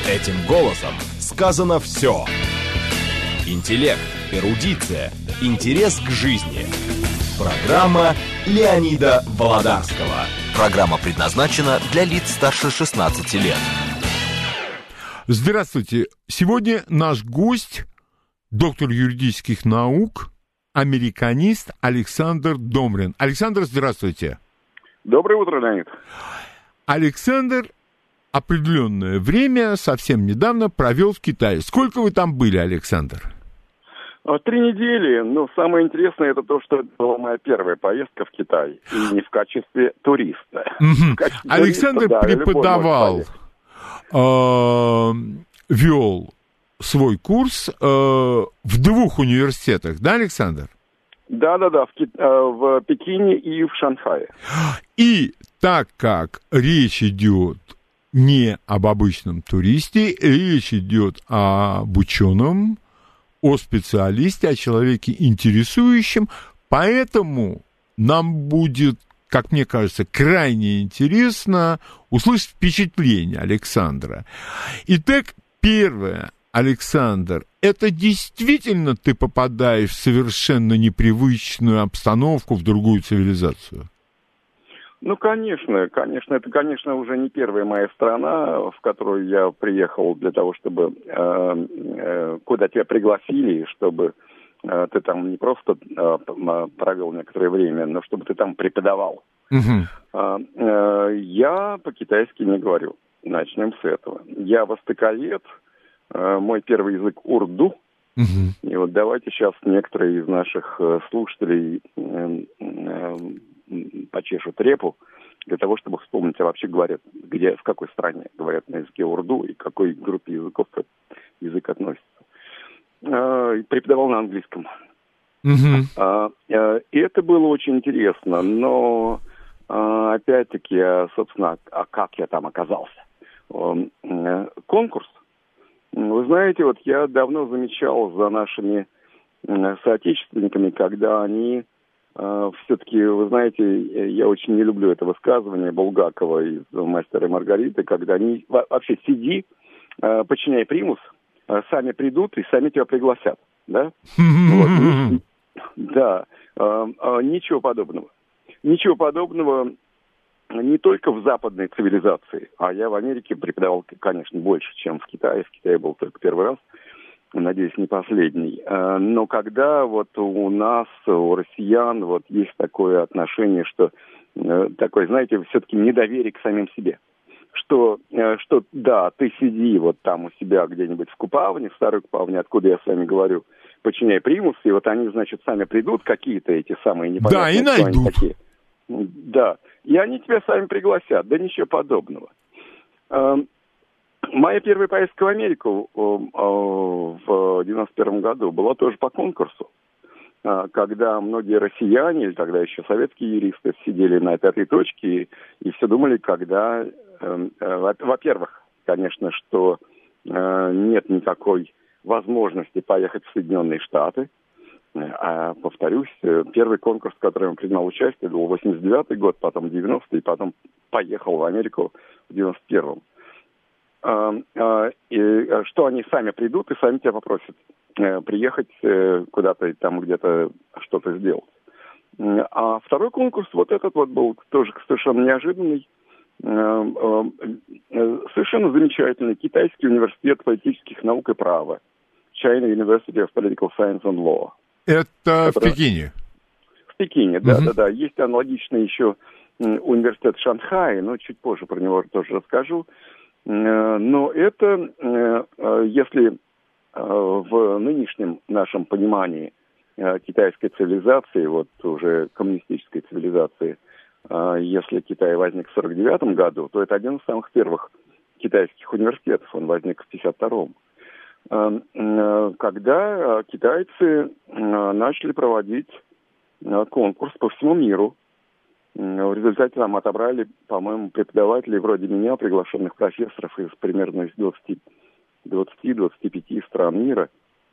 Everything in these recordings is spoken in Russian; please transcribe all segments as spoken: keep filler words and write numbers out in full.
Этим голосом сказано все. Интеллект, эрудиция, интерес к жизни. Программа Леонида Володарского. Программа предназначена для лиц старше шестнадцати лет. Здравствуйте. Сегодня наш гость, доктор юридических наук, американист Александр Домрин. Александр, здравствуйте. Доброе утро, Леонид. Александр определенное время, совсем недавно, провел в Китае. Сколько вы там были, Александр? Три недели, но самое интересное это то, что это была моя первая поездка в Китай, и не в качестве туриста. Mm-hmm. В качестве Александр туриста, да, преподавал, э, вел свой курс э, в двух университетах, да, Александр? Да-да-да, в, Ки... в Пекине и в Шанхае. И так как речь идет не об обычном туристе, речь идет об ученом, о специалисте, о человеке интересующем, поэтому нам будет, как мне кажется, крайне интересно услышать впечатление Александра. Итак, первое, Александр, это действительно ты попадаешь в совершенно непривычную обстановку, в другую цивилизацию? Ну, конечно, конечно, это, конечно, уже не первая моя страна, в которую я приехал для того, чтобы, э, э, куда тебя пригласили, чтобы э, ты там не просто э, провел некоторое время, но чтобы ты там преподавал. Uh-huh. Э, э, я по-китайски не говорю. Начнем с этого. Я востоковед, э, мой первый язык урду. Uh-huh. И вот давайте сейчас некоторые из наших слушателей э, э, почешут репу для того, чтобы вспомнить, а вообще говорят, где, в какой стране говорят на языке урду и к какой группе языков этот язык относится. Э, преподавал на английском. Uh-huh. Э, э, и это было очень интересно, но э, опять-таки, собственно, а как я там оказался? Э, конкурс. Вы знаете, вот я давно замечал за нашими э, соотечественниками, когда они э, все-таки, вы знаете, я очень не люблю это высказывание Булгакова из «Мастера и Маргариты», когда они вообще сиди, э, подчиняй примус, э, сами придут и сами тебя пригласят, да? Вот. Да, э, э, ничего подобного. Ничего подобного. Не только в западной цивилизации, а я в Америке преподавал, конечно, больше, чем в Китае. В Китае был только первый раз, надеюсь, не последний. Но когда вот у нас, у россиян, вот есть такое отношение, что такое, знаете, все-таки недоверие к самим себе. Что, что да, ты сиди вот там у себя где-нибудь в Купавне, в старой Купавне, откуда я с вами говорю, подчиняй примус, и вот они, значит, сами придут, какие-то эти самые непонятные... Да, и найдут. Такие. Да, и они тебя сами пригласят, да ничего подобного. Моя первая поездка в Америку в девяносто первом году была тоже по конкурсу, когда многие россияне, или тогда еще советские юристы, сидели на пятой точке и, и все думали, когда, во-первых, конечно, что нет никакой возможности поехать в Соединенные Штаты. А, повторюсь, первый конкурс, в котором я принимал участие, был восемьдесят девятый год, потом девяностый, и потом поехал в Америку в девяносто первом. А, а, и что они сами придут и сами тебя попросят э, приехать э, куда-то там где-то что-то сделать. А второй конкурс, вот этот вот был тоже совершенно неожиданный, э, э, совершенно замечательный китайский университет политических наук и права, China University of Political Science and Law. Это в Пекине? В Пекине, да-да-да. Uh-huh. Есть аналогичный еще университет в Шанхае, но чуть позже про него тоже расскажу. Но это, если в нынешнем нашем понимании китайской цивилизации, вот уже коммунистической цивилизации, если Китай возник в сорок девятом году, то это один из самых первых китайских университетов, он возник в пятьдесят втором. Когда китайцы начали проводить конкурс по всему миру. В результате там отобрали, по-моему, преподавателей вроде меня, приглашенных профессоров из примерно из двадцати-двадцати пяти стран мира.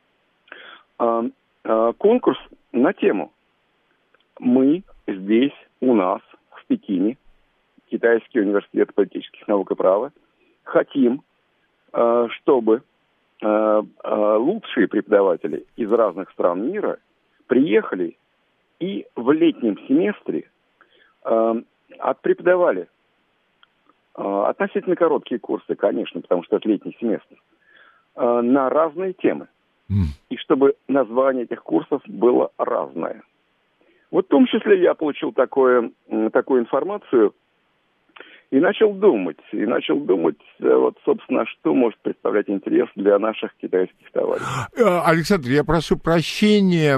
Конкурс на тему. Мы здесь, у нас, в Пекине, Китайский университет политических наук и права, хотим чтобы лучшие преподаватели из разных стран мира приехали и в летнем семестре отпреподавали относительно короткие курсы, конечно, потому что это летний семестр, на разные темы. Mm. И чтобы название этих курсов было разное. Вот в том числе я получил такое, такую информацию и начал думать, и начал думать, вот, собственно, что может представлять интерес для наших китайских товарищей. Александр, я прошу прощения,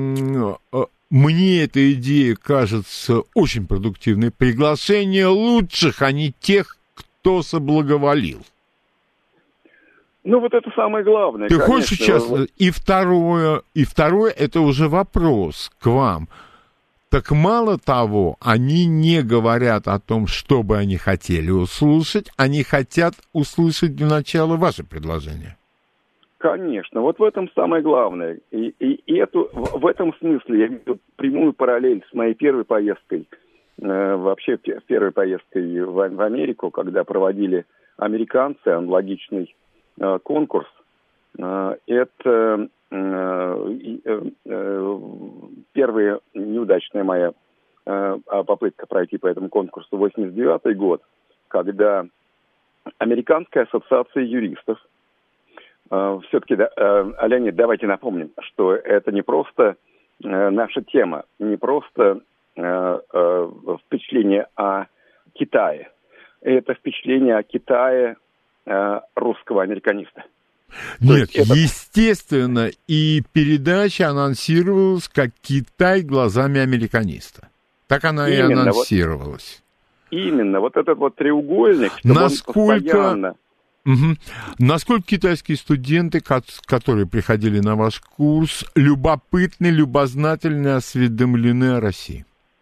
мне эта идея кажется очень продуктивной. Приглашение лучших, а не тех, кто соблаговолил. Ну, вот это самое главное. Ты конечно. хочешь сейчас... И второе, и второе, это уже вопрос к вам. Так мало того, они не говорят о том, что бы они хотели услышать, они хотят услышать для начала ваше предложение. Конечно, вот в этом самое главное. И, и, и эту, в, в этом смысле я вижу прямую параллель с моей первой поездкой, э, вообще первой поездкой в, в Америку, когда проводили американцы аналогичный э, конкурс. Э, это э, э, э, первая неудачная моя э, попытка пройти по этому конкурсу, восемьдесят девятый год, когда Американская ассоциация юристов, все-таки, да, Леонид, давайте напомним, что это не просто наша тема, не просто впечатление о Китае. Это впечатление о Китае русского американиста. Нет, это... естественно, и передача анонсировалась как «Китай глазами американиста». Так она Именно, и анонсировалась. Вот, именно, вот этот вот треугольник, Насколько... он постоянно... Угу. Насколько китайские студенты, которые приходили на ваш курс, любопытны, любознательны, осведомлены о России?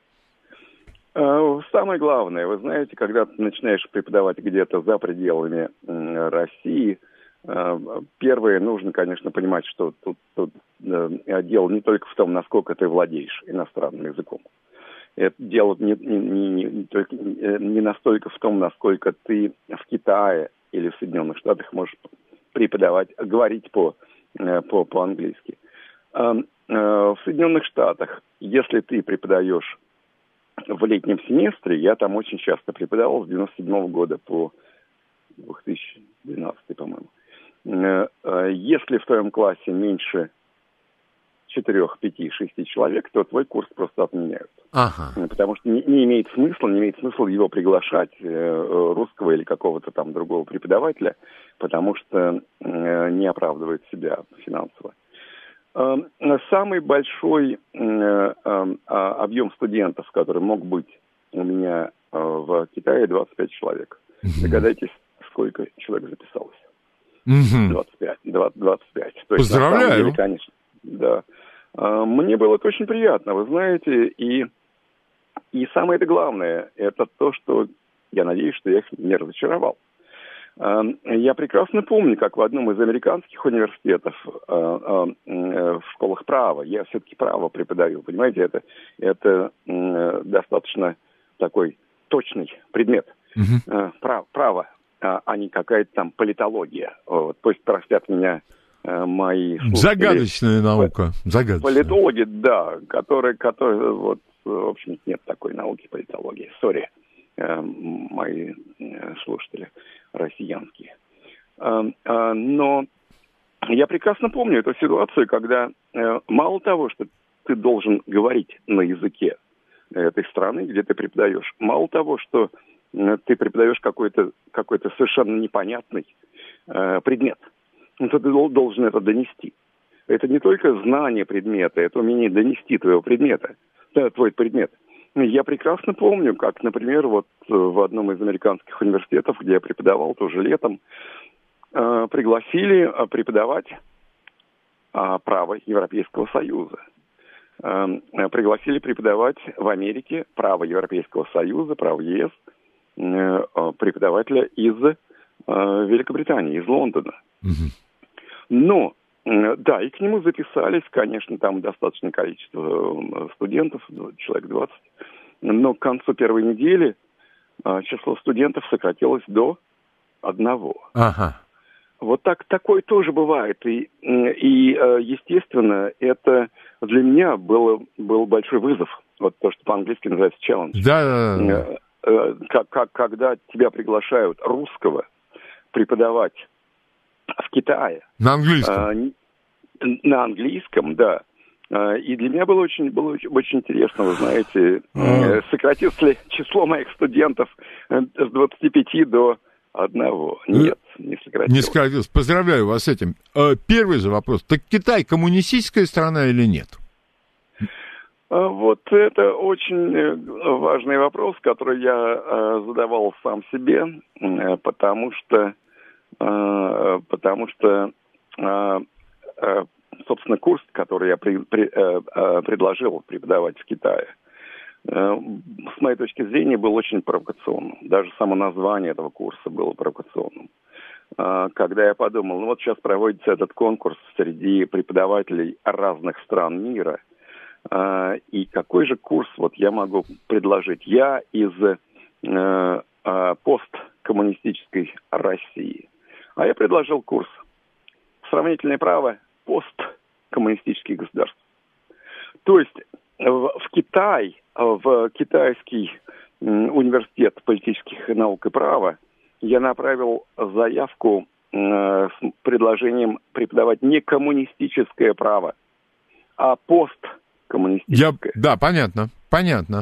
Самое главное, вы знаете, когда ты начинаешь преподавать где-то за пределами России, первое, нужно, конечно, понимать, что тут, тут дело не только в том, насколько ты владеешь иностранным языком. Это дело не, не, не, не, не настолько в том, насколько ты в Китае или в Соединенных Штатах можешь преподавать, говорить по, по, по-английски. В Соединенных Штатах, если ты преподаешь в летнем семестре, я там очень часто преподавал с девяносто седьмого года по две тысячи двенадцатый, по-моему. Если в твоем классе меньше четырех, пяти, шести человек, то твой курс просто отменяют. Ага. Потому что не, не имеет смысла, не имеет смысла его приглашать, э, русского или какого-то там другого преподавателя, потому что э, не оправдывает себя финансово. Э, самый большой э, э, объем студентов, который мог быть у меня э, в Китае, двадцать пять человек. Угу. Догадайтесь, сколько человек записалось? Угу. двадцать пять. двадцать, двадцать пять. То есть, поздравляю. На самом деле, конечно, да. Мне было это очень приятно, вы знаете, и, и самое главное, это то, что я надеюсь, что я их не разочаровал. Я прекрасно помню, как в одном из американских университетов, в школах права, я все-таки право преподаю, понимаете, это, это достаточно такой точный предмет. Uh-huh. Право, а не какая-то там политология. Вот, пусть простят меня мои слушатели. Загадочная наука. Загадочная. Политологи, да, которые, которые, вот, в общем, нет такой науки политологии. Сори, мои слушатели россиянские. Но я прекрасно помню эту ситуацию, когда мало того, что ты должен говорить на языке этой страны, где ты преподаешь, мало того, что ты преподаешь какой-то, какой-то совершенно непонятный предмет, но ты должен это донести. Это не только знание предмета, это умение донести твоего предмета, твой предмет. Я прекрасно помню, как, например, вот в одном из американских университетов, где я преподавал тоже летом, э, пригласили преподавать э, право Европейского Союза. Э, пригласили преподавать в Америке право Европейского Союза, право ЕС, э, преподавателя из э, Великобритании, из Лондона. Mm-hmm. Но, э, да, и к нему записались, конечно, там достаточное количество студентов, человек двадцать. Но к концу первой недели э, число студентов сократилось до одного. Ага. Вот так, такое тоже бывает. И, и естественно, это для меня было, был большой вызов. Вот то, что по-английски называется challenge. Да. Как, как, когда тебя приглашают русского преподавать в Китае. На английском. На английском, да. И для меня было очень, было очень, очень интересно, вы знаете, а. сократилось ли число моих студентов с двадцати пяти до одного. Нет, не сократилось. Не сократилось. Поздравляю вас с этим. Первый же вопрос. Так Китай коммунистическая страна или нет? Вот это очень важный вопрос, который я задавал сам себе, потому что, потому что, собственно, курс, который я при, при, предложил преподавать в Китае, с моей точки зрения, был очень провокационным. Даже само название этого курса было провокационным. Когда я подумал, ну вот сейчас проводится этот конкурс среди преподавателей разных стран мира, и какой же курс вот я могу предложить? Я из посткоммунистической России. А я предложил курс «Сравнительное право посткоммунистических государств». То есть в, в Китай, в Китайский университет политических наук и права я направил заявку э, с предложением преподавать не коммунистическое право, а посткоммунистическое. Я, да, понятно, понятно.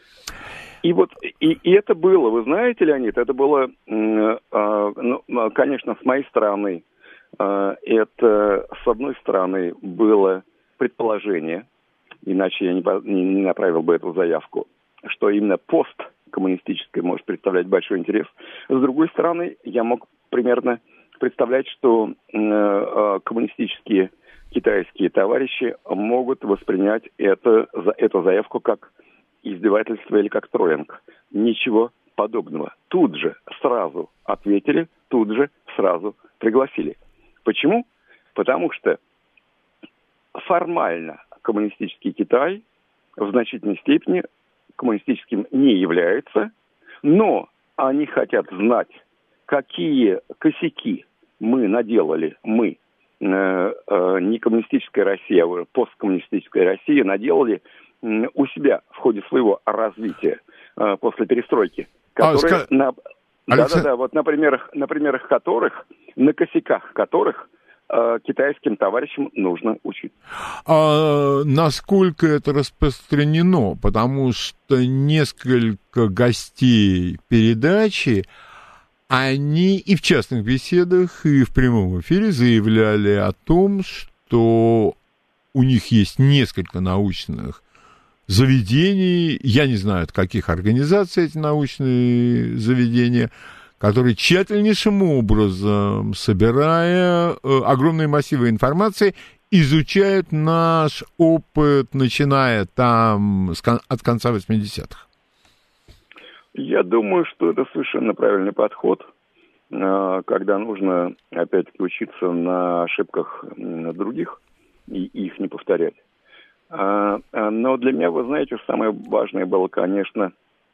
И вот, и, и это было, вы знаете, Леонид, это было, э, э, ну, конечно, с моей стороны, э, это, с одной стороны, было предположение, иначе я не, не, не направил бы эту заявку, что именно посткоммунистическое может представлять большой интерес. С другой стороны, я мог примерно представлять, что э, э, коммунистические китайские товарищи могут воспринять это, за, эту заявку как издевательство или как троллинг. Ничего подобного. Тут же сразу ответили, тут же сразу пригласили. Почему? Потому что формально коммунистический Китай в значительной степени коммунистическим не является, но они хотят знать, какие косяки мы наделали, мы, э, э, не коммунистическая Россия, а посткоммунистическая Россия, наделали э, у себя в ходе своего развития э, после перестройки, которые, а, ска... на, да-да-да, вот на примерах, на примерах которых, на косяках которых китайским товарищам нужно учить. А насколько это распространено? Потому что несколько гостей передачи, они и в частных беседах, и в прямом эфире заявляли о том, что у них есть несколько научных заведений, я не знаю, от каких организаций эти научные заведения, которые тщательнейшим образом, собирая э, огромные массивы информации, изучают наш опыт, начиная там с кон- от конца восьмидесятых. Я думаю, что это совершенно правильный подход, э, когда нужно опять учиться на ошибках других и их не повторять. А, но для меня, вы знаете, самое важное было, конечно,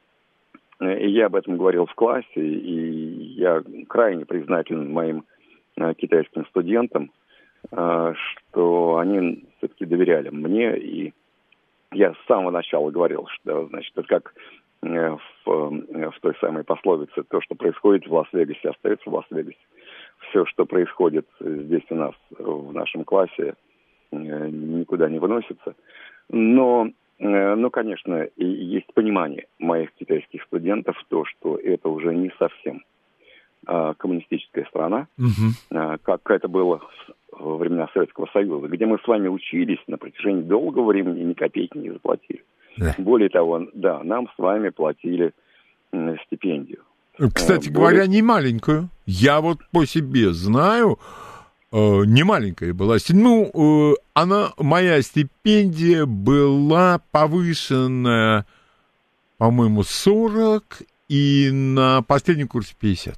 и я об этом говорил в классе, и я крайне признателен моим э, китайским студентам, э, что они все-таки доверяли мне, и я с самого начала говорил, что, значит, это как э, в, э, в той самой пословице, то, что происходит в Лас-Вегасе, остается в Лас-Вегасе. Все, что происходит здесь у нас, в нашем классе, э, никуда не выносится. Но... Ну, конечно, и есть понимание моих китайских студентов, то, что это уже не совсем а, коммунистическая страна, угу. а, как это было во времена Советского Союза, где мы с вами учились на протяжении долгого времени и ни копейки не заплатили. Да. Более того, да, нам с вами платили м, стипендию. Кстати а, говоря, более... не маленькую. Я вот по себе знаю... Не маленькая была. Ну, она, моя стипендия была повышена, по-моему, сорок, и на последнем курсе пятьдесят.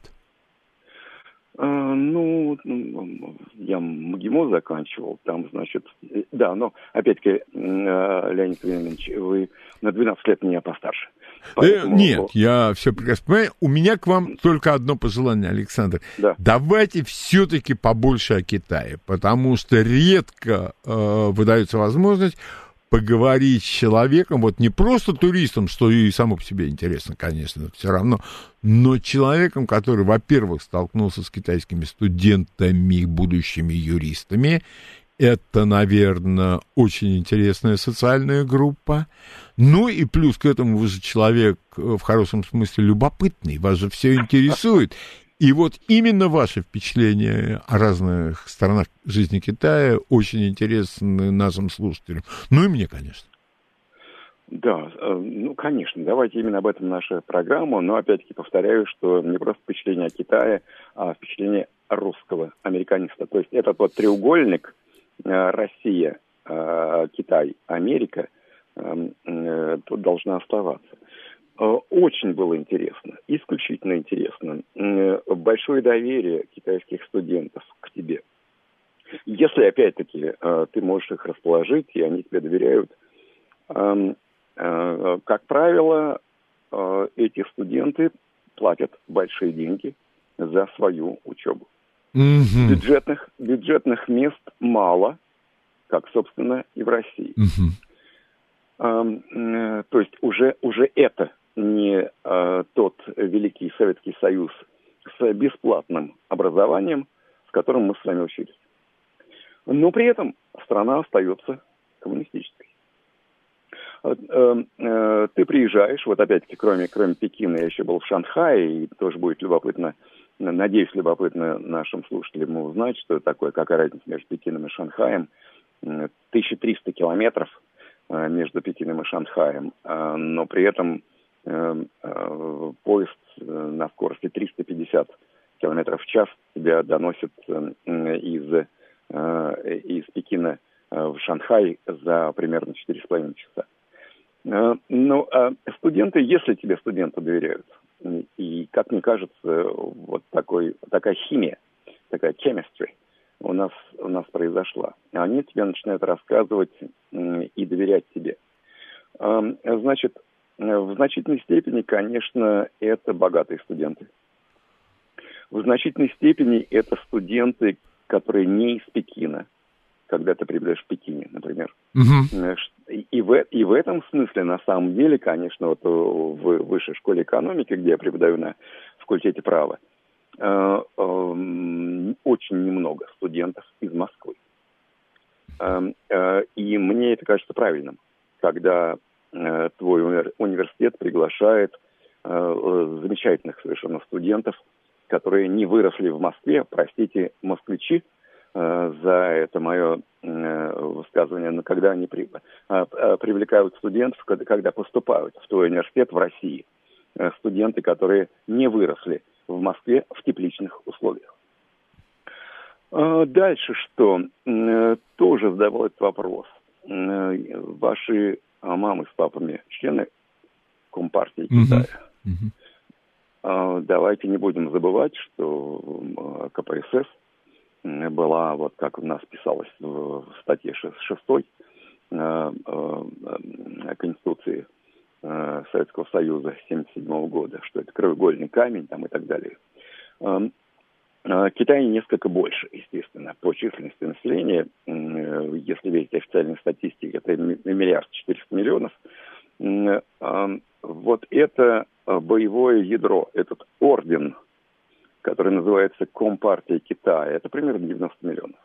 А, ну, я МГИМО заканчивал, там, значит, да, но, опять-таки, Леонид Вениаминович, вы на двенадцать лет меня постарше. Поэтому... Э, нет, я все прекрасно понимаю. У меня к вам только одно пожелание, Александр. Да. Давайте все-таки побольше о Китае, потому что редко э, выдается возможность поговорить с человеком, вот не просто туристом, что и само по себе интересно, конечно, все равно, но человеком, который, во-первых, столкнулся с китайскими студентами, будущими юристами. Это, наверное, очень интересная социальная группа. Ну и плюс к этому вы же человек в хорошем смысле любопытный, вас же все интересует. И вот именно ваши впечатления о разных сторонах жизни Китая очень интересны нашим слушателям. Ну и мне, конечно. Да, ну, конечно, давайте именно об этом наша программа, но опять-таки повторяю, что не просто впечатление о Китае, а впечатление русского американиста. То есть этот вот треугольник Россия, Китай, Америка тут должна оставаться. Очень было интересно, исключительно интересно. Большое доверие китайских студентов к тебе. Если, опять-таки, ты можешь их расположить, и они тебе доверяют, как правило, эти студенты платят большие деньги за свою учебу. Mm-hmm. Бюджетных, бюджетных мест мало, как, собственно, и в России. Mm-hmm. То есть уже, уже это не а, тот великий Советский Союз с бесплатным образованием, с которым мы с вами учились. Но при этом страна остается коммунистической. Ты приезжаешь, вот опять-таки, кроме, кроме Пекина, я еще был в Шанхае, и тоже будет любопытно, надеюсь, любопытно нашим слушателям узнать, что такое, какая разница между Пекином и Шанхаем. тысяча триста километров между Пекином и Шанхаем, но при этом поезд на скорости триста пятьдесят километров в час тебя доносит из, из Пекина в Шанхай за примерно четыре с половиной часа. Ну, студенты, если тебе студенты доверяют, и, как мне кажется, вот такой, такая химия, такая chemistry у нас, у нас произошла, они тебе начинают рассказывать и доверять тебе. Значит, в значительной степени, конечно, это богатые студенты. В значительной степени это студенты, которые не из Пекина, когда ты прибываешь в Пекине, например. Uh-huh. И, в, и в этом смысле, на самом деле, конечно, вот в высшей школе экономики, где я преподаю на факультете права, э, э, очень немного студентов из Москвы. Э, э, и мне это кажется правильным, когда э, твой уни- университет приглашает э, замечательных совершенно студентов, которые не выросли в Москве, простите, москвичи, за это мое высказывание, но когда они при, привлекают студентов, когда, когда поступают в твой университет в России, студенты, которые не выросли в Москве в тепличных условиях. Дальше что? Тоже задавал этот вопрос. Ваши мамы с папами члены Компартии Китая? Mm-hmm. Давайте не будем забывать, что ка пэ эс эс была, вот как у нас писалось в статье шестой э, э, Конституции э, Советского Союза семьдесят седьмого года, что это краеугольный камень там, и так далее. Э, э, Китай несколько больше, естественно, по численности населения. Э, если верить официальной статистике, это миллиард четыреста миллионов. Э, э, вот это боевое ядро, этот орден, который называется Компартия Китая, это примерно девяносто миллионов.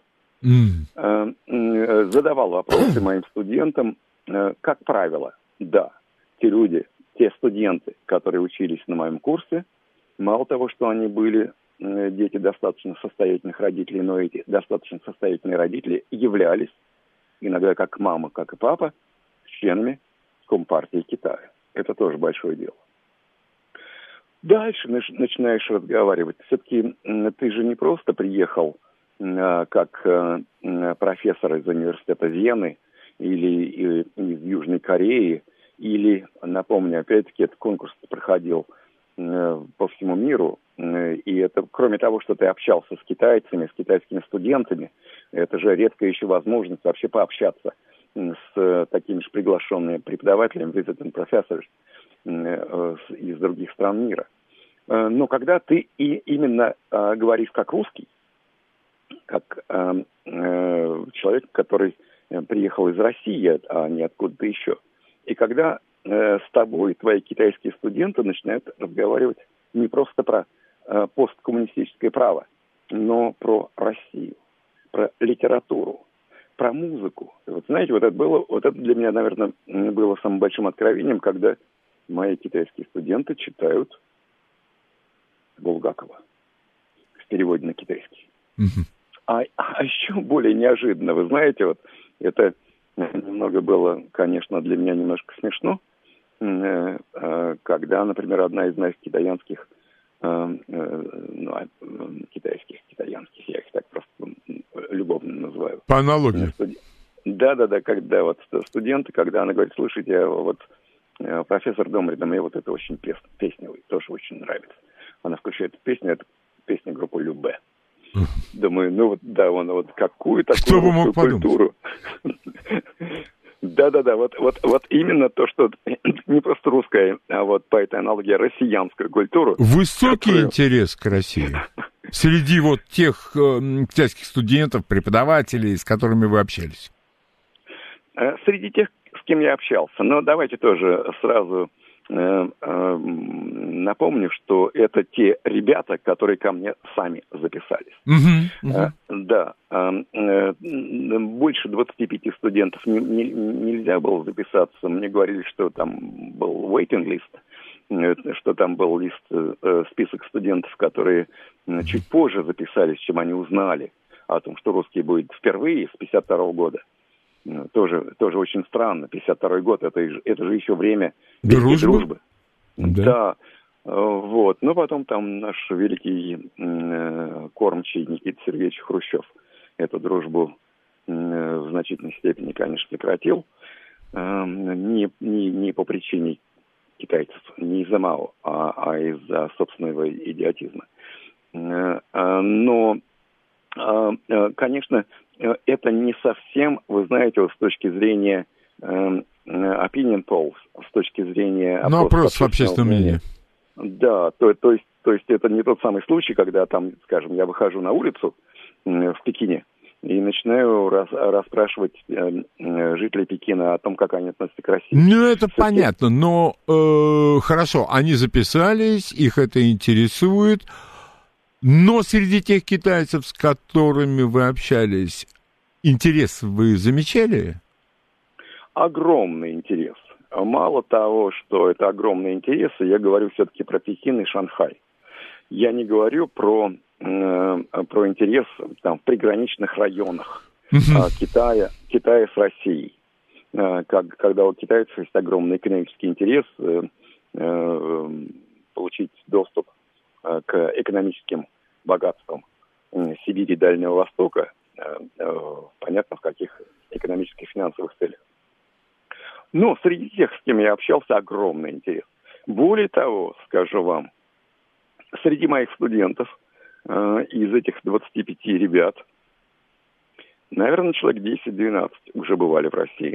Mm. Задавал вопросы моим студентам. Как правило, да, те люди, те студенты, которые учились на моем курсе, мало того, что они были дети достаточно состоятельных родителей, но эти достаточно состоятельные родители являлись, иногда как мама, как и папа, членами Компартии Китая. Это тоже большое дело. Дальше начинаешь разговаривать. Все-таки ты же не просто приехал а, как а, профессор из университета Вены или, или из Южной Кореи, или, напомню, опять-таки, этот конкурс проходил а, по всему миру, и это, кроме того, что ты общался с китайцами, с китайскими студентами, это же редкая еще возможность вообще пообщаться с такими же приглашенными преподавателями, visiting professors, из других стран мира. Но когда ты и именно говоришь как русский, как человек, который приехал из России, а не откуда-то еще, и когда с тобой твои китайские студенты начинают разговаривать не просто про посткоммунистическое право, но про Россию, про литературу, про музыку. Вот знаете, вот это было, вот это для меня, наверное, было самым большим откровением, когда мои китайские студенты читают Булгакова в переводе на китайский. Mm-hmm. А, а еще более неожиданно, вы знаете, вот это немного было, конечно, для меня немножко смешно, когда, например, одна из моих китаянских, ну, китайских, китаянских, я их так просто любовно называю. По аналогии. Да-да-да, когда вот студенты, когда она говорит, слушайте, вот профессор Домрина, мне вот это очень песня, песня тоже очень нравится. Она включает песню, это песня группы Любэ. Думаю, ну вот, да, он вот какую такую культуру. Да-да-да, вот, вот, вот именно то, что не просто русская, а вот по этой аналогии россиянскую культуру. Высокий которую... интерес к России среди вот тех э, китайских студентов, преподавателей, с которыми вы общались. Среди тех, с кем я общался. Но давайте тоже сразу э, э, напомню, что это те ребята, которые ко мне сами записались. Uh-huh, uh-huh. Э, да. Э, э, больше двадцати пяти студентов не, не, нельзя было записаться. Мне говорили, что там был waiting list, что там был лист, э, список студентов, которые э, чуть позже записались, чем они узнали о том, что русский будет впервые с пятьдесят второго года. Тоже, тоже очень странно. пятьдесят второй год, это, это же еще время дружбы. дружбы. Да. Да. Вот. Но потом там наш великий э, кормчий Никита Сергеевич Хрущев эту дружбу э, в значительной степени, конечно, сократил. Э, не, не, не по причине китайцев, не из-за Мао, а, а из-за собственного идиотизма. Э, э, но, э, э, конечно, это не совсем, вы знаете, вот с точки зрения э, opinion polls, с точки зрения... Ну, опрос в общественном мнении. Да, то, то, есть, то есть это не тот самый случай, когда там, скажем, я выхожу на улицу э, в Пекине и начинаю рас, расспрашивать э, жителей Пекина о том, как они относятся к России. Ну, это все понятно, но э, хорошо, они записались, их это интересует. Но среди тех китайцев, с которыми вы общались, интерес вы замечали? Огромный интерес. Мало того, что это огромный интерес, я говорю все-таки про Пекин и Шанхай. Я не говорю про, э, про интерес там, в приграничных районах uh-huh. Китая, Китая с Россией. Э, как, когда у китайцев есть огромный экономический интерес э, э, получить доступ к экономическим богатствам Сибири и Дальнего Востока, понятно, в каких экономических и финансовых целях. Но среди тех, с кем я общался, огромный интерес. Более того, скажу вам, среди моих студентов, из этих двадцати пяти ребят, наверное, человек десять-двенадцать уже бывали в России.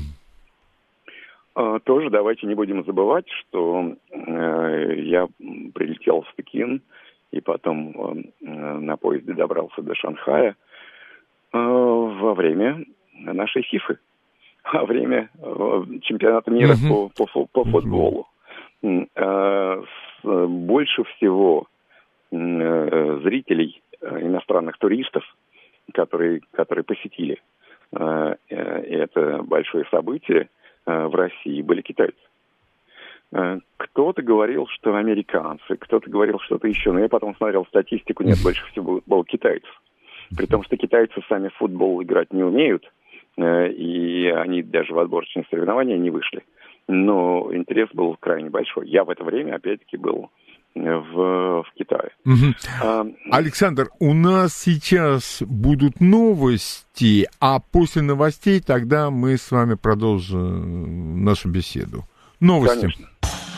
Mm. Тоже давайте не будем забывать, что э, я прилетел в Пекин и потом э, на поезде добрался до Шанхая э, во время нашей фифы, во время э, чемпионата мира mm-hmm. по, по, по футболу. Mm-hmm. Э, с, больше всего э, зрителей, э, иностранных туристов, которые, которые посетили э, э, это большое событие, в России были китайцы. Кто-то говорил, что американцы, кто-то говорил что-то еще, но я потом смотрел статистику, нет, больше всего было китайцев. При том, что китайцы сами в футбол играть не умеют, и они даже в отборочные соревнования не вышли. Но интерес был крайне большой. Я в это время, опять-таки, был в, в Китае. Угу. А, Александр, у нас сейчас будут новости, а после новостей тогда мы с вами продолжим нашу беседу. Новости. Конечно.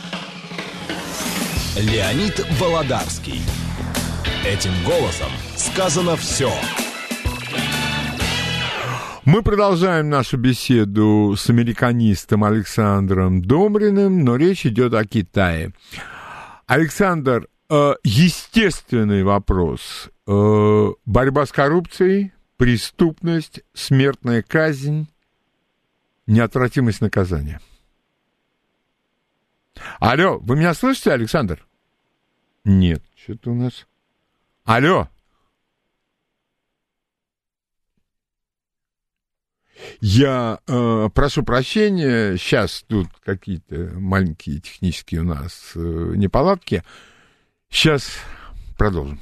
Леонид Володарский. Этим голосом сказано все. Мы продолжаем нашу беседу с американистом Александром Домриным, но речь идет о Китае. Александр, естественный вопрос. Борьба с коррупцией, преступность, смертная казнь, неотвратимость наказания. Алло, вы меня слышите, Александр? Нет, что-то у нас... Алло. Я э, прошу прощения, сейчас тут какие-то маленькие технические у нас э, неполадки. Сейчас продолжим.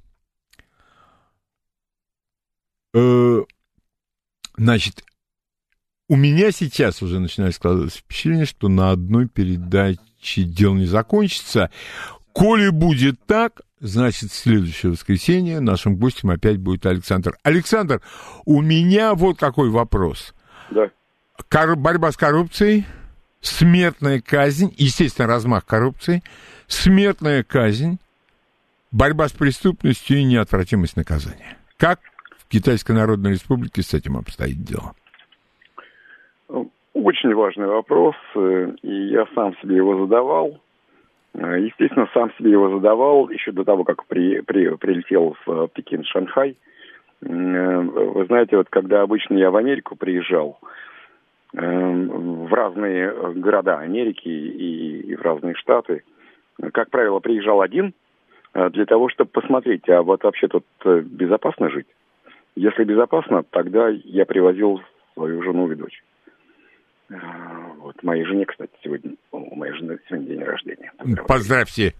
Э, значит, у меня сейчас уже начинает складываться впечатление, что на одной передаче дело не закончится. Коли будет так, значит, в следующее воскресенье нашим гостем опять будет Александр. Александр, у меня вот какой вопрос. Да. Кор- борьба с коррупцией, смертная казнь, естественно, размах коррупции, смертная казнь, борьба с преступностью и неотвратимость наказания. Как в Китайской Народной Республике с этим обстоит дело? Очень важный вопрос, и я сам себе его задавал. Естественно, сам себе его задавал еще до того, как при, при, прилетел в Пекин, Шанхай. Вы знаете, вот когда обычно я в Америку приезжал, в разные города Америки и, и в разные штаты, как правило, приезжал один для того, чтобы посмотреть, а вот вообще тут безопасно жить. Если безопасно, тогда я привозил свою жену и дочь. Вот, моей жене, кстати, сегодня, у моей жены сегодня день рождения. Поздравьте.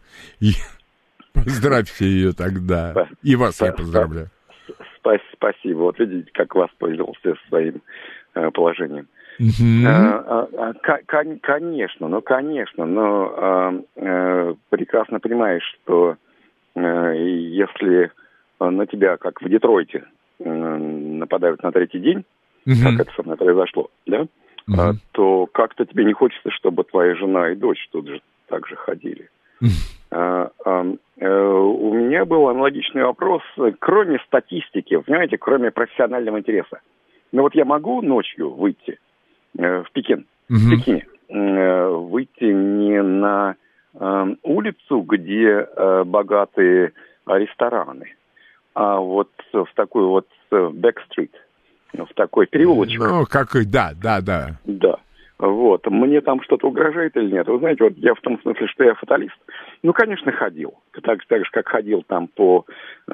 Поздравьте ее тогда. Да. И вас да, я поздравляю. Да. Спасибо. Вот видите, как воспользовался своим э, положением. Uh-huh. А, а, а, конечно, ну, конечно, но а, а, прекрасно понимаешь, что а, если на тебя, как в Детройте, а, нападают на третий день, uh-huh. как это со мной произошло, да? Uh-huh. то как-то тебе не хочется, чтобы твоя жена и дочь тут же так же ходили. Uh-huh. А, а, а, у меня был аналогичный вопрос, кроме статистики, понимаете, кроме профессионального интереса. Ну вот я могу ночью выйти э, в Пекин, uh-huh. в Пекине, э, выйти не на э, улицу, где э, богатые рестораны, а вот в такую вот бэк-стрит, в такой переулочек. Ну, какой, да, да, да. Да. Вот. Мне там что-то угрожает или нет? Вы знаете, вот я в том смысле, что я фаталист. Ну, конечно, ходил. Так, так же, как ходил там по, э,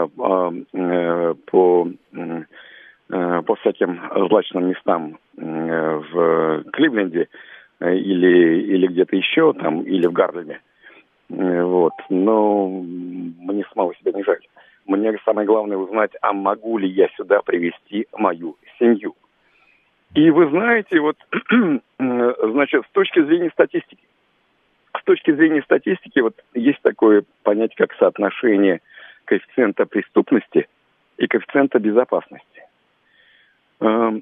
э, по, э, по всяким злачным местам э, в Кливленде э, или, или где-то еще, там, или в Гарлеме. Э, вот. Но мне самого себя не жаль. Мне самое главное узнать, а могу ли я сюда привезти мою семью. И вы знаете, вот, значит, с точки зрения статистики, с точки зрения статистики, вот есть такое понятие, как соотношение коэффициента преступности и коэффициента безопасности. Это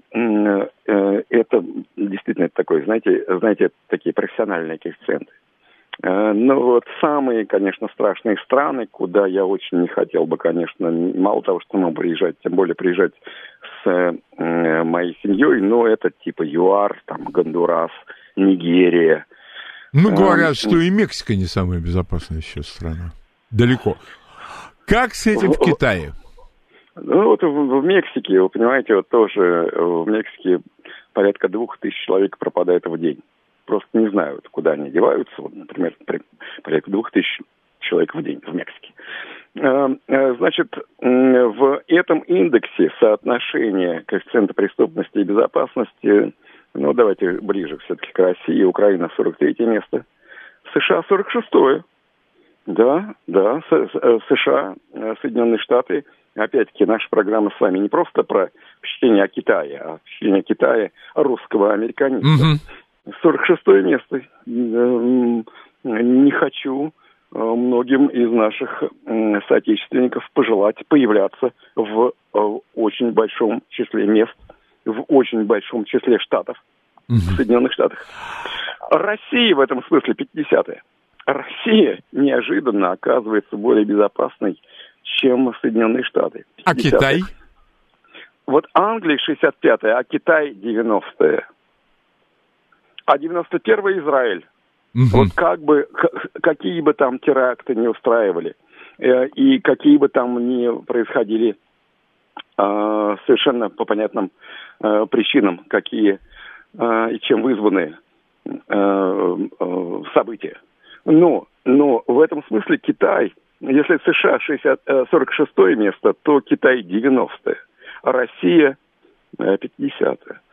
действительно такой, знаете, знаете, такие профессиональные коэффициенты. Ну вот самые, конечно, страшные страны, куда я очень не хотел бы, конечно, мало того, что нам приезжать, тем более приезжать с э, моей семьей, но это типа ЮАР, там, Гондурас, Нигерия. Ну, говорят, а, что и Мексика не самая безопасная сейчас страна. Далеко. Как с этим в Китае? Ну, вот в, в Мексике, вы понимаете, вот тоже в Мексике порядка двух тысяч человек пропадает в день. Просто не знают, куда они деваются. Вот, например, порядка двух тысяч человек в день в Мексике. Значит, в этом индексе соотношения коэффициента преступности и безопасности, ну, давайте ближе все-таки к России. Украина сорок третье место, США сорок шестое. Да, да, США, Соединенные Штаты. Опять-таки, наша программа с вами не просто про впечатление о Китае, а впечатление о Китае русского американиста. Mm-hmm. сорок шестое место. Не хочу многим из наших соотечественников пожелать появляться в очень большом числе мест, в очень большом числе штатов, mm-hmm. в Соединенных Штатах. Россия в этом смысле пятидесятая. Россия неожиданно оказывается более безопасной, чем Соединенные Штаты. А Китай? вот Англия шестьдесят пятое, а Китай девяностое. А девяносто первое Израиль. Угу. Вот как бы, какие бы там теракты не устраивали, э, и какие бы там ни происходили э, совершенно по понятным э, причинам, какие э, и чем вызваны э, э, события. Но, но в этом смысле Китай, если США шестьдесят, сорок шестое место, то Китай девяностое, а Россия пятидесятое.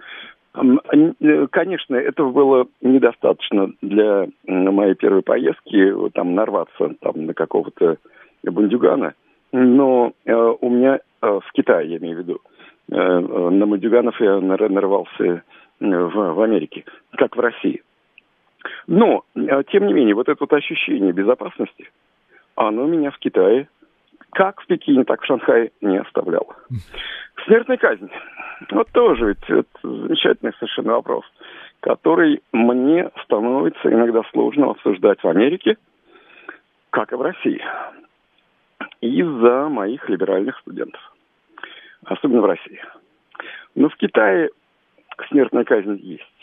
Конечно, этого было недостаточно для моей первой поездки, там, нарваться там, на какого-то бандюгана. Но э, у меня э, в Китае, я имею в виду, э, на бандюганов я нарвался в, в Америке, как в России. Но, э, тем не менее, вот это вот ощущение безопасности, оно меня в Китае, как в Пекине, так в Шанхае, не оставляло. Смертная казнь. Вот тоже ведь это замечательный совершенно вопрос, который мне становится иногда сложно обсуждать в Америке, как и в России, из-за моих либеральных студентов, особенно в России. Но в Китае смертная казнь есть.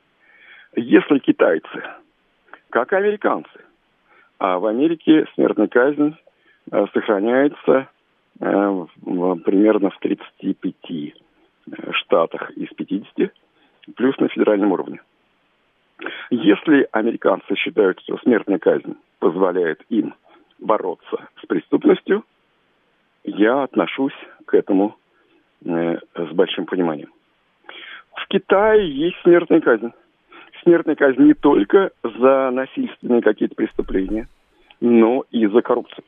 Если китайцы, как и американцы, а в Америке смертная казнь сохраняется э, в, примерно в тридцати пяти штатах из пятидесяти, плюс на федеральном уровне. Если американцы считают, что смертная казнь позволяет им бороться с преступностью, я отношусь к этому э, с большим пониманием. В Китае есть смертная казнь. Смертная казнь не только за насильственные какие-то преступления, но и за коррупцию.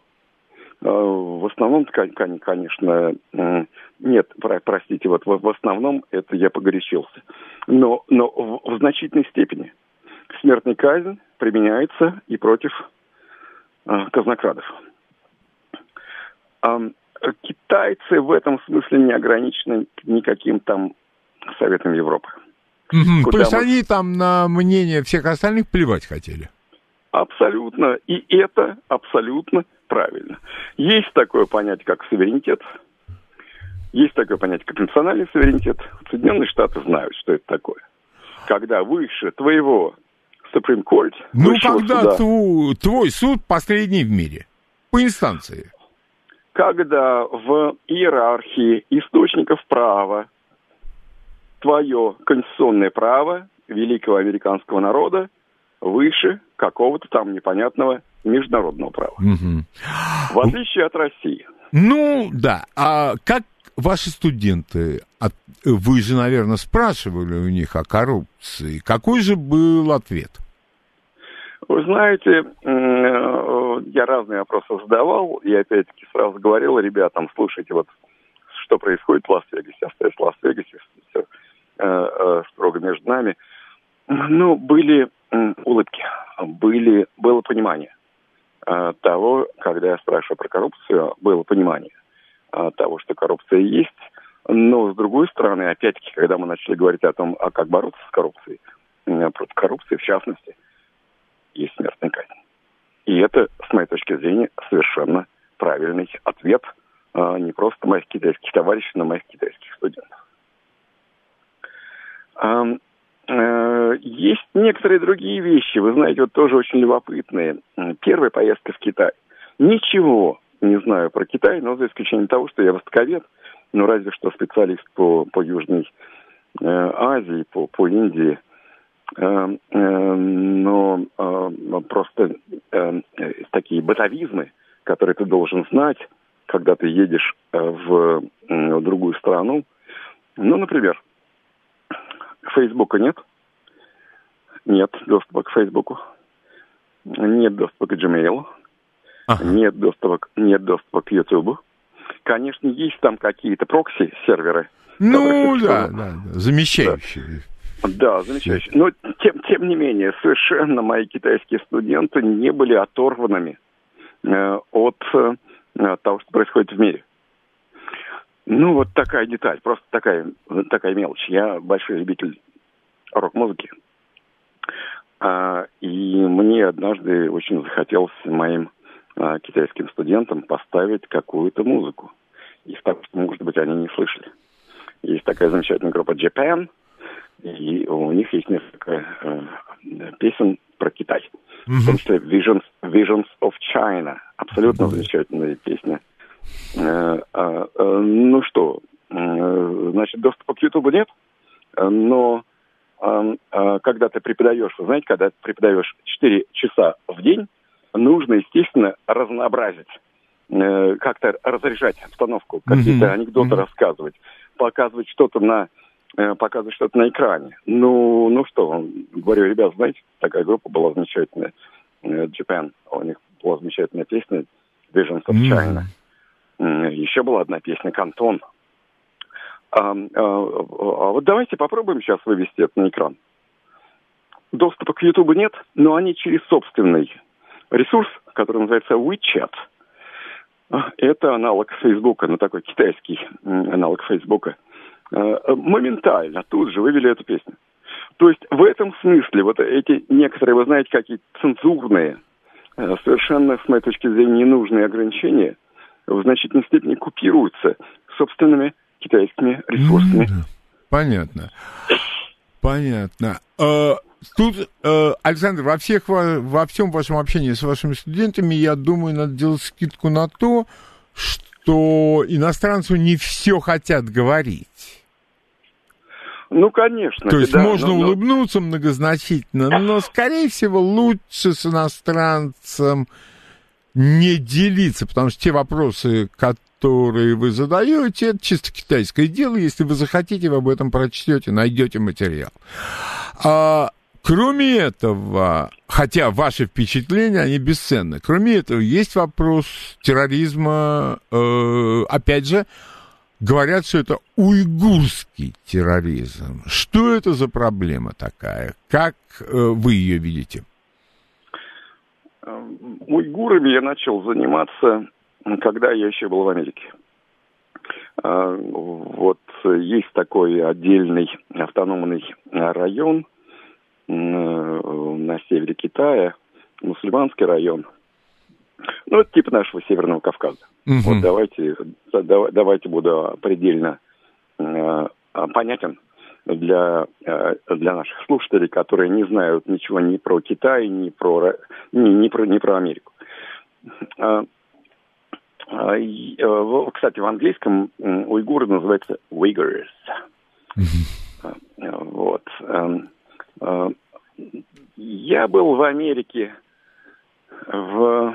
В основном, конечно, нет, простите, вот в основном это я погорячился. Но, но в, в значительной степени смертная казнь применяется и против а, казнокрадов. А, китайцы в этом смысле не ограничены никаким там Советом Европы. Mm-hmm. То есть мы... они там на мнение всех остальных плевать хотели? Абсолютно. И это абсолютно правильно. Есть такое понятие, как суверенитет. Есть такое понятие, как национальный суверенитет. Соединенные Штаты знают, что это такое. Когда выше твоего Supreme Court... Ну, когда суда, твой, твой суд последний в мире. По инстанции. Когда в иерархии источников права твое конституционное право великого американского народа выше какого-то там непонятного международного права. Угу. В отличие от России. Ну, да. А как ваши студенты, вы же, наверное, спрашивали у них о коррупции. Какой же был ответ? Вы знаете, я разные вопросы задавал, и опять-таки сразу говорил ребятам, слушайте, вот что происходит в Лас-Вегасе, остается в Лас-Вегасе, все строго между нами. Ну, были улыбки, были, было понимание а, того, когда я спрашиваю про коррупцию, было понимание а, того, что коррупция есть. Но, с другой стороны, опять-таки, когда мы начали говорить о том, а как бороться с коррупцией, против коррупции, в частности, есть смертная казнь. И это, с моей точки зрения, совершенно правильный ответ а, не просто моих китайских товарищей, но моих китайских студентов. А, Есть некоторые другие вещи, вы знаете, вот тоже очень любопытные. Первая поездка в Китай. Ничего не знаю про Китай, но за исключением того, что я востоковед, ну разве что специалист по, по Южной э, Азии, по, по Индии. Э, э, но э, просто э, такие бытовизмы, которые ты должен знать, когда ты едешь в, в другую страну. Ну, например, Фейсбука нет. Нет доступа к Фейсбуку. Нет доступа к Gmail. Ага. Нет доступа, нет доступа к Ютубу. Конечно, есть там какие-то прокси-серверы. Ну, да, да, да, замещающие. Да, да, замещающие. Но, тем, тем не менее, совершенно мои китайские студенты не были оторванными э, от э, того, что происходит в мире. Ну, вот такая деталь, просто такая, такая мелочь. Я большой любитель рок-музыки. А, и мне однажды очень захотелось моим а, китайским студентам поставить какую-то музыку. И так, что, может быть, они не слышали. Есть такая замечательная группа Japan, и у них есть несколько э, песен про Китай. Mm-hmm. В том числе Visions, Visions of China. Абсолютно mm-hmm. замечательная песня. Э, э, э, ну что, э, значит, доступа к Ютубу нет, но э, э, когда ты преподаешь, вы знаете, когда ты преподаешь четыре часа в день, нужно, естественно, разнообразить, э, как-то разряжать обстановку, какие-то mm-hmm. анекдоты mm-hmm. рассказывать, показывать что-то на э, показывать что-то на экране. Ну, ну что, говорю, ребят, знаете, такая группа была замечательная, э, Japan, у них была замечательная песня Visions of China. Mm-hmm. Еще была одна песня Кантон. А, а, а вот давайте попробуем сейчас вывести это на экран. Доступа к Ютубу нет, но они через собственный ресурс, который называется WeChat. Это аналог Фейсбука, ну такой китайский аналог Фейсбука. Моментально тут же вывели эту песню. То есть в этом смысле вот эти некоторые, вы знаете, какие-то цензурные, совершенно, с моей точки зрения, ненужные ограничения в значительной степени купируются собственными китайскими ресурсами. Понятно. Понятно. Тут, э, Александр, во, всех, во всем вашем общении с вашими студентами, я думаю, надо делать скидку на то, что иностранцу не все хотят говорить. Ну, конечно. То есть да, можно но, но... улыбнуться многозначительно, но, скорее всего, лучше с иностранцем не делиться, потому что те вопросы, которые вы задаете, это чисто китайское дело. Если вы захотите, вы об этом прочтете, найдете материал. А, кроме этого, хотя ваши впечатления, они бесценны, кроме этого, есть вопрос терроризма. Э, опять же, говорят, что это уйгурский терроризм. Что это за проблема такая? Как э, вы ее видите? Уйгурами я начал заниматься, когда я еще был в Америке. Вот есть такой отдельный автономный район на севере Китая, мусульманский район. Ну, это типа нашего Северного Кавказа. Uh-huh. Вот давайте, давайте буду предельно понятен для, для наших слушателей, которые не знают ничего ни про Китай, ни про, ни, ни про, ни про Америку. Кстати, в английском уйгуры называются Uyghurs. Mm-hmm. Вот. Я был в Америке в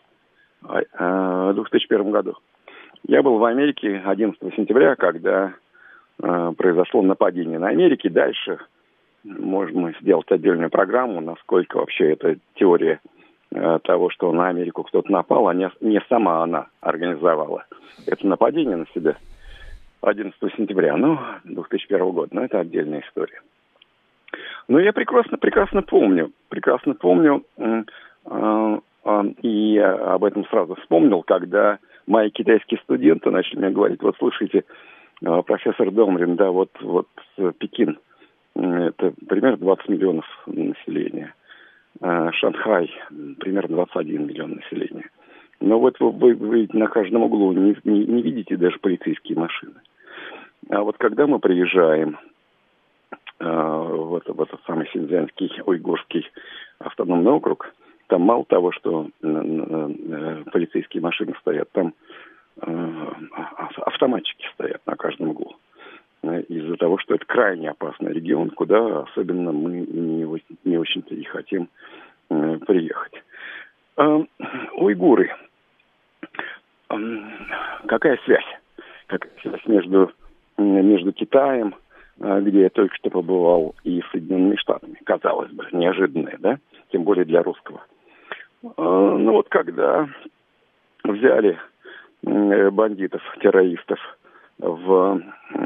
две тысячи первом году. Я был в Америке одиннадцатого сентября, когда произошло нападение на Америку. Дальше можем сделать отдельную программу, насколько вообще эта теория того, что на Америку кто-то напал, а не, не сама она организовала это нападение на себя одиннадцатого сентября, ну, две тысячи первого года. Но это отдельная история. Но я прекрасно, прекрасно помню, прекрасно помню, э, э, э, и об этом сразу вспомнил, когда мои китайские студенты начали мне говорить: вот слушайте, э, профессор Домрин, да, вот, вот Пекин, э, это примерно двадцать миллионов населения. Шанхай, примерно двадцать один миллион населения. Но вот вы, вы на каждом углу не, не, не видите даже полицейские машины. А вот когда мы приезжаем э, в, это, в этот самый Синьцзянский уйгурский автономный округ, там мало того, что э, э, полицейские машины стоят, там э, автоматчики стоят на каждом углу. Из-за того, что это крайне опасный регион, куда особенно мы не, не очень-то и хотим э, приехать. Э, уйгуры. Э, какая связь? Какая связь между, между Китаем, э, где я только что побывал, и Соединенными Штатами? Казалось бы, неожиданная, да? Тем более для русского. Э, ну вот когда взяли э, бандитов, террористов, в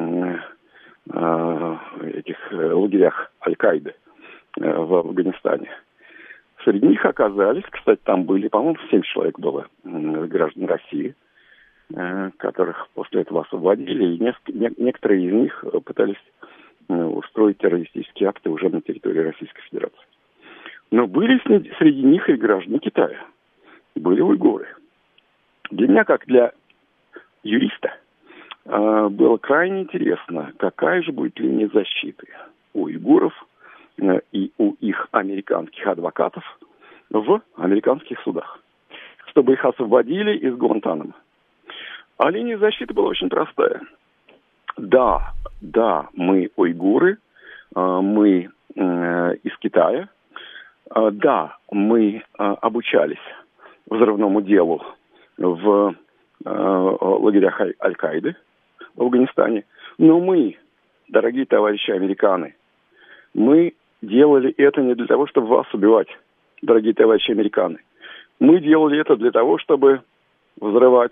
э, этих лагерях Аль-Каиды э, в Афганистане. Среди них оказались, кстати, там были, по-моему, семь человек было э, граждан России, э, которых после этого освободили, и неск- не- некоторые из них пытались э, устроить террористические акты уже на территории Российской Федерации. Но были среди них и граждане Китая, были уйгуры. Для меня, как для юриста, э, было крайне интересно, какая же будет линия защиты у уйгуров э, и у их американских адвокатов в американских судах, чтобы их освободили из Гуантанамо. А линия защиты была очень простая. Да, да, мы уйгуры, э, мы э, из Китая, э, да, мы э, обучались взрывному делу в э, лагерях Аль-Каиды в Афганистане. Но мы, дорогие товарищи американцы, мы делали это не для того, чтобы вас убивать, дорогие товарищи американцы. Мы делали это для того, чтобы взрывать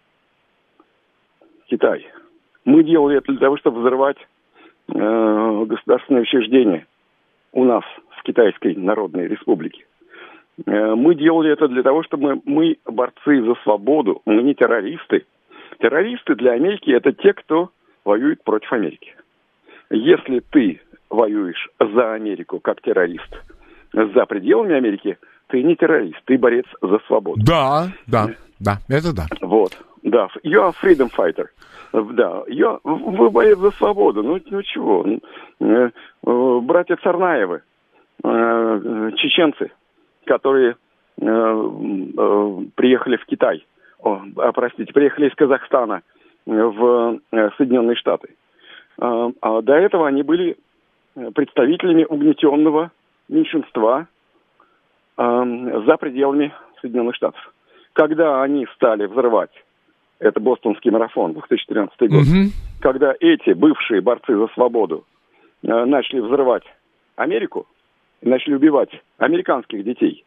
Китай. Мы делали это для того, чтобы взрывать э, государственные учреждения у нас в Китайской Народной Республике. Мы делали это для того, чтобы мы, мы борцы за свободу, мы не террористы. Террористы для Америки – это те, кто воюет против Америки. Если ты воюешь за Америку как террорист за пределами Америки, ты не террорист, ты борец за свободу. Да, да, да, это да. Вот, да, you are freedom fighter. Да, я, вы борец за свободу. Ну, ну чего? Братья Царнаевы, чеченцы, которые э, э, приехали в Китай, о, простите, приехали из Казахстана в э, Соединенные Штаты. Э, а до этого они были представителями угнетенного меньшинства э, за пределами Соединенных Штатов. Когда они стали взрывать, это бостонский марафон, две тысячи тринадцатый год, угу. Когда эти бывшие борцы за свободу э, начали взрывать Америку, начали убивать американских детей,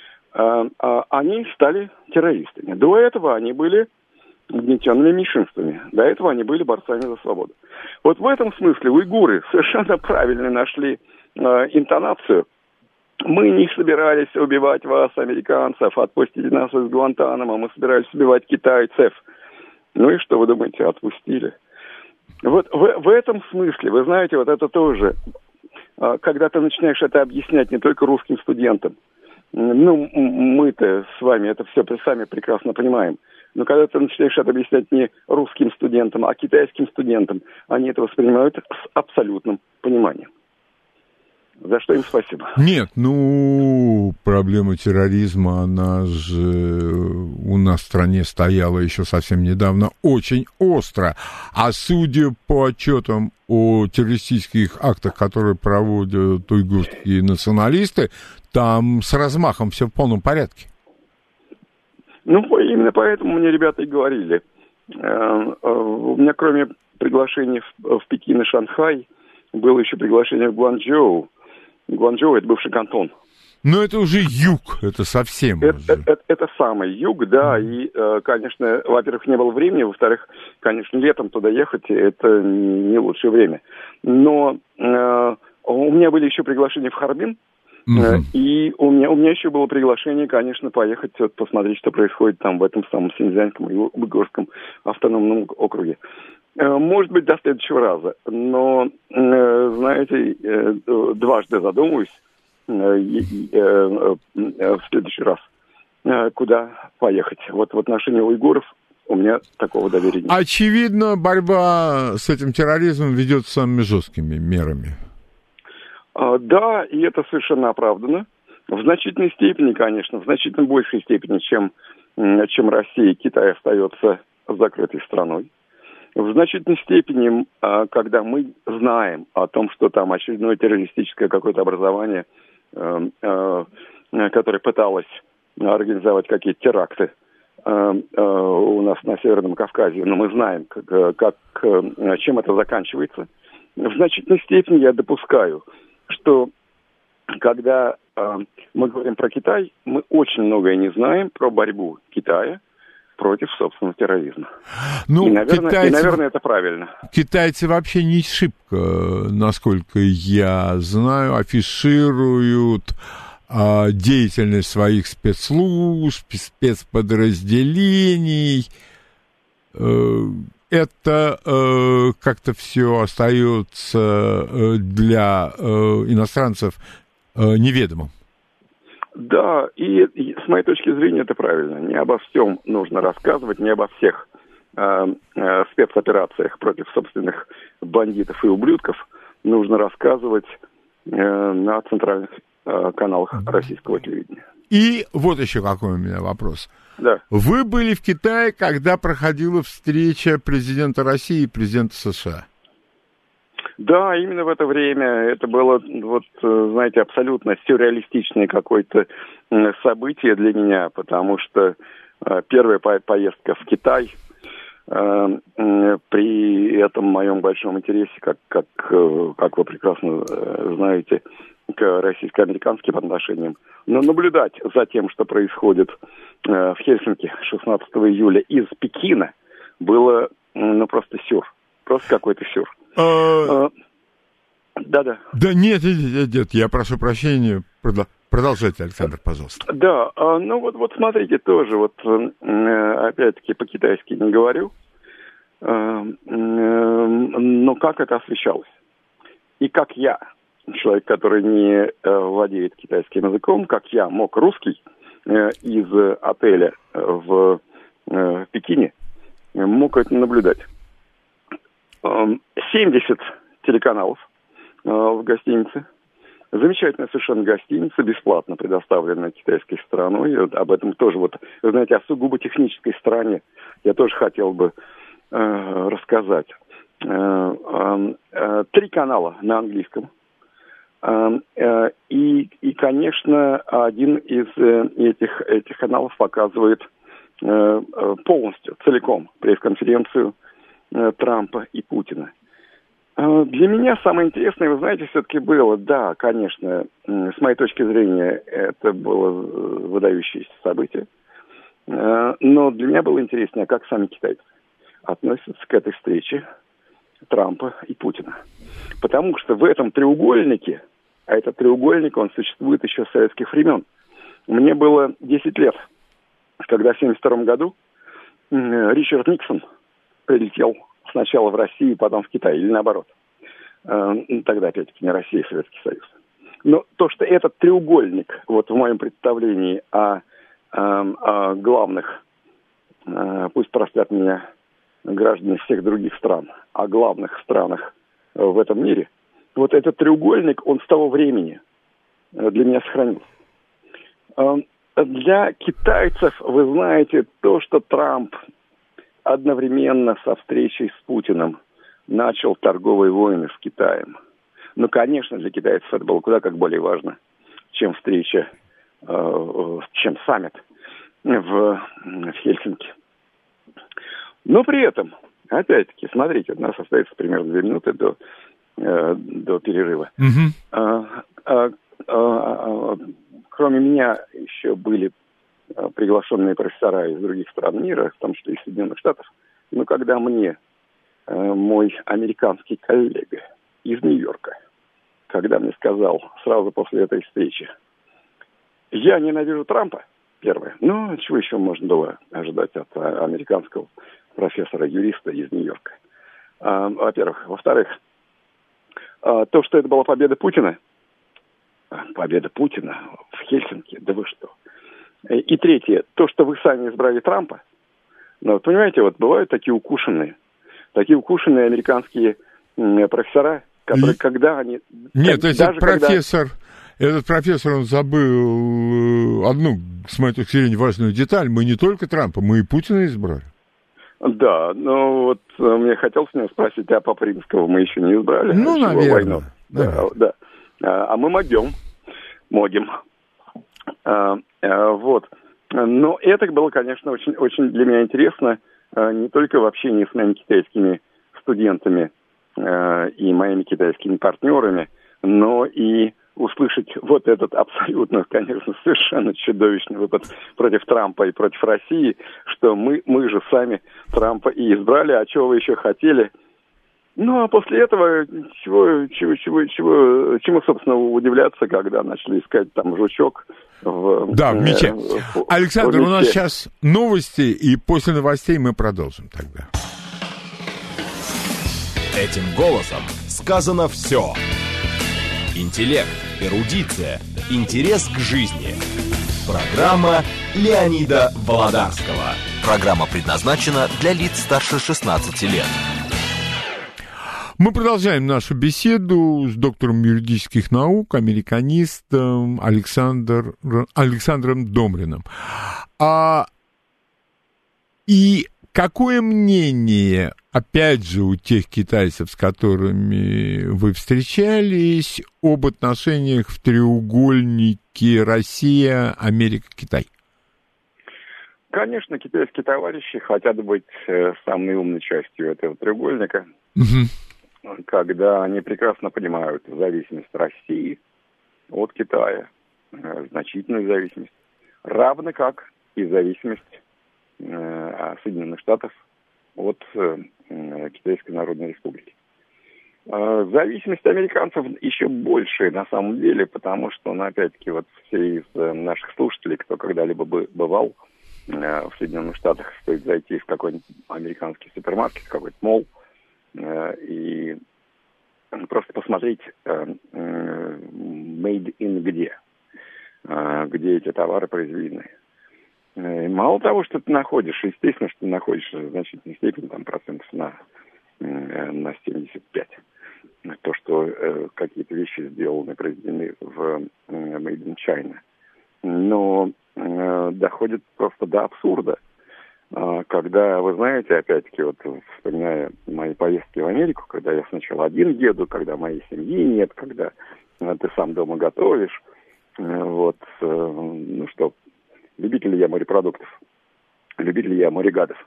они стали террористами. До этого они были угнетенными меньшинствами. До этого они были борцами за свободу. Вот в этом смысле уйгуры совершенно правильно нашли э, интонацию. Мы не собирались убивать вас, американцев, отпустите нас из Гуантанамо, мы собирались убивать китайцев. Ну и что вы думаете, отпустили? Вот в, в этом смысле, вы знаете, вот это тоже... Когда ты начинаешь это объяснять не только русским студентам, ну, мы-то с вами это все сами прекрасно понимаем, но когда ты начинаешь это объяснять не русским студентам, а китайским студентам, они это воспринимают с абсолютным пониманием. За что им спасибо. Нет, ну, проблема терроризма, она же у нас в стране стояла еще совсем недавно очень остро. А судя по отчетам о террористических актах, которые проводят уйгурские националисты, там с размахом все в полном порядке. Ну, именно поэтому мне ребята и говорили. У меня кроме приглашений в Пекин и Шанхай было еще приглашение в Гуанчжоу. Гуанчжоу – это бывший кантон. Но это уже юг, это совсем это, уже. Это, это, это самый юг, да, и, конечно, во-первых, не было времени, во-вторых, конечно, летом туда ехать – это не лучшее время. Но э, у меня были еще приглашения в Харбин, uh-huh. и у меня, у меня еще было приглашение, конечно, поехать вот, посмотреть, что происходит там в этом самом Синьцзянском и Уйгурском автономном округе. Может быть, до следующего раза. Но, знаете, дважды задумываюсь в следующий раз, куда поехать. Вот в отношении уйгуров у меня такого доверия нет. Очевидно, борьба с этим терроризмом ведется самыми жесткими мерами. Да, и это совершенно оправдано. В значительной степени, конечно, в значительно большей степени, чем, чем Россия, Китай остается закрытой страной. В значительной степени, когда мы знаем о том, что там очередное террористическое какое-то образование, которое пыталось организовать какие-то теракты у нас на Северном Кавказе, но мы знаем, как, как, чем это заканчивается, в значительной степени я допускаю, что когда мы говорим про Китай, мы очень многое не знаем про борьбу Китая против собственного терроризма. Ну, и, наверное, китайцы, и, наверное, это правильно. Китайцы вообще не шибко, насколько я знаю, афишируют а, деятельность своих спецслужб, спецподразделений. Это э, как-то все остается для э, иностранцев э, неведомым. Да, и, и с моей точки зрения это правильно. Не обо всем нужно рассказывать, не обо всех э, э, спецоперациях против собственных бандитов и ублюдков нужно рассказывать э, на центральных э, каналах российского телевидения. И вот еще какой у меня вопрос. Да. Вы были в Китае, когда проходила встреча президента России и президента США? Да, именно в это время. Это было, вот, знаете, абсолютно сюрреалистичное какое-то событие для меня, потому что первая поездка в Китай, при этом моем большом интересе, как, как, как вы прекрасно знаете, к российско-американским отношениям, но наблюдать за тем, что происходит в Хельсинки шестнадцатого июля из Пекина, было, ну, просто сюр. Просто какой-то сюр. А... Да-да. Да нет, нет, нет, я прошу прощения. Продолжайте, Александр, пожалуйста. Да, ну вот, вот смотрите, тоже вот, опять-таки, по-китайски не говорю, но как это освещалось? И как я, человек, который не владеет китайским языком, как я мог русский из отеля в Пекине, мог это наблюдать. семьдесят телеканалов в гостинице. Замечательная совершенно гостиница, бесплатно предоставленная китайской стороной. И вот об этом тоже, вот, вы знаете, о сугубо технической стороне я тоже хотел бы э, рассказать. Э, э, три канала на английском. Э, э, и, и, конечно, один из э, этих, этих каналов показывает э, полностью, целиком пресс-конференцию э, Трампа и Путина. Для меня самое интересное, вы знаете, все-таки было, да, конечно, с моей точки зрения, это было выдающееся событие, но для меня было интереснее, как сами китайцы относятся к этой встрече Трампа и Путина. Потому что в этом треугольнике, а этот треугольник, он существует еще с советских времен. Мне было десять лет, когда в семьдесят втором году Ричард Никсон прилетел сначала в Россию, потом в Китай, или наоборот. Тогда, опять-таки, не Россия, а Советский Союз. Но то, что этот треугольник, вот в моем представлении о, о, о главных, пусть простят меня граждане всех других стран, о главных странах в этом мире, вот этот треугольник, он с того времени для меня сохранился. Для китайцев, вы знаете, то, что Трамп одновременно со встречей с Путиным начал торговые войны с Китаем. Ну, конечно, для китайцев это было куда как более важно, чем встреча, э, чем саммит в, в Хельсинки. Но при этом, опять-таки, смотрите, у нас остается примерно две минуты до, э, до перерыва. Mm-hmm. А, а, а, кроме меня еще были приглашенные профессора из других стран мира, в том числе из Соединенных Штатов. Но когда мне э, мой американский коллега из Нью-Йорка, когда мне сказал сразу после этой встречи, я ненавижу Трампа, первое, ну, чего еще можно было ожидать от а, американского профессора-юриста из Нью-Йорка. А, во-первых. Во-вторых, а, то, что это была победа Путина, победа Путина в Хельсинки, да вы что? И третье, то, что вы сами избрали Трампа. Ну, понимаете, вот бывают такие укушенные, такие укушенные американские м, профессора, которые, и... когда они... Нет, как, этот профессор, когда... этот профессор, он забыл одну, с моей точки зрения, важную деталь. Мы не только Трампа, мы и Путина избрали. Да, ну вот мне хотелось меня спросить, а Папу Римского мы еще не избрали? Ну, наверное. Войну? Да, да. А, а мы могем, могем. А, а, вот. Но это было, конечно, очень, очень для меня интересно, а, не только в общении с моими китайскими студентами а, и моими китайскими партнерами, но и услышать вот этот абсолютно, конечно, совершенно чудовищный выпад против Трампа и против России, что мы, мы же сами Трампа и избрали, а чего вы еще хотели? Ну, а после этого чего, чего, чего, чего, чему, собственно, удивляться, когда начали искать там жучок в... Да, в мече. В, в, Александр, в мече. У нас сейчас новости, и после новостей мы продолжим тогда. Этим голосом сказано все. Интеллект, эрудиция, интерес к жизни. Программа Леонида Володарского. Программа предназначена для лиц старше шестнадцати лет. Мы продолжаем нашу беседу с доктором юридических наук, американистом Александр, Александром Домриным. А, и какое мнение, опять же, у тех китайцев, с которыми вы встречались, об отношениях в треугольнике Россия, Америка, Китай? Конечно, китайские товарищи хотят быть э, самой умной частью этого треугольника, Угу. когда они прекрасно понимают зависимость России от Китая, э, значительную зависимость, равно как и зависимость э, Соединенных Штатов от э, Китайской Народной Республики. Э, зависимость американцев еще больше на самом деле, потому что, ну, опять-таки, вот все из э, наших слушателей, кто когда-либо бы, бывал в Соединенных Штатах, стоит зайти в какой-нибудь американский супермаркет, какой-то молл, э, и просто посмотреть э, э, made in где, э, где эти товары произведены. Э, мало того, что ты находишь, естественно, что ты находишь в значительной степени, там, процентов на, э, на семьдесят пять. То, что э, какие-то вещи сделаны, произведены в э, made in China. Но доходит просто до абсурда. Когда, вы знаете, опять-таки, вот вспоминая мои поездки в Америку, когда я сначала один еду, когда моей семьи нет, когда ты сам дома готовишь, вот, ну что, любитель ли я морепродуктов, любитель ли я морегадов,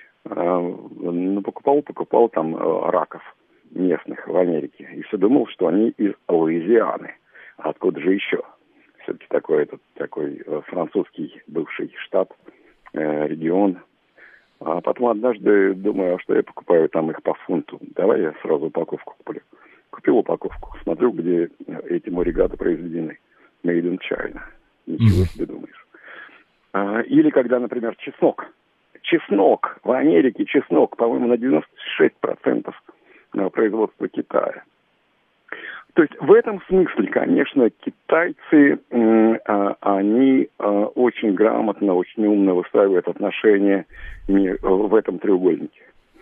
ну, покупал, покупал там раков местных в Америке, и все думал, что они из Луизианы, а откуда же еще? Все-таки такой, этот, такой французский бывший штат, э, регион. А потом однажды думаю, а что я покупаю там их по фунту. Давай я сразу упаковку куплю. Купил упаковку, смотрю, где эти морегады произведены. Made in China. Ничего себе думаешь. А, или когда, например, чеснок. Чеснок. В Америке чеснок, по-моему, на девяносто шесть процентов производства Китая. То есть в этом смысле, конечно, китайцы, э, они э, очень грамотно, очень умно выстраивают отношения в этом треугольнике.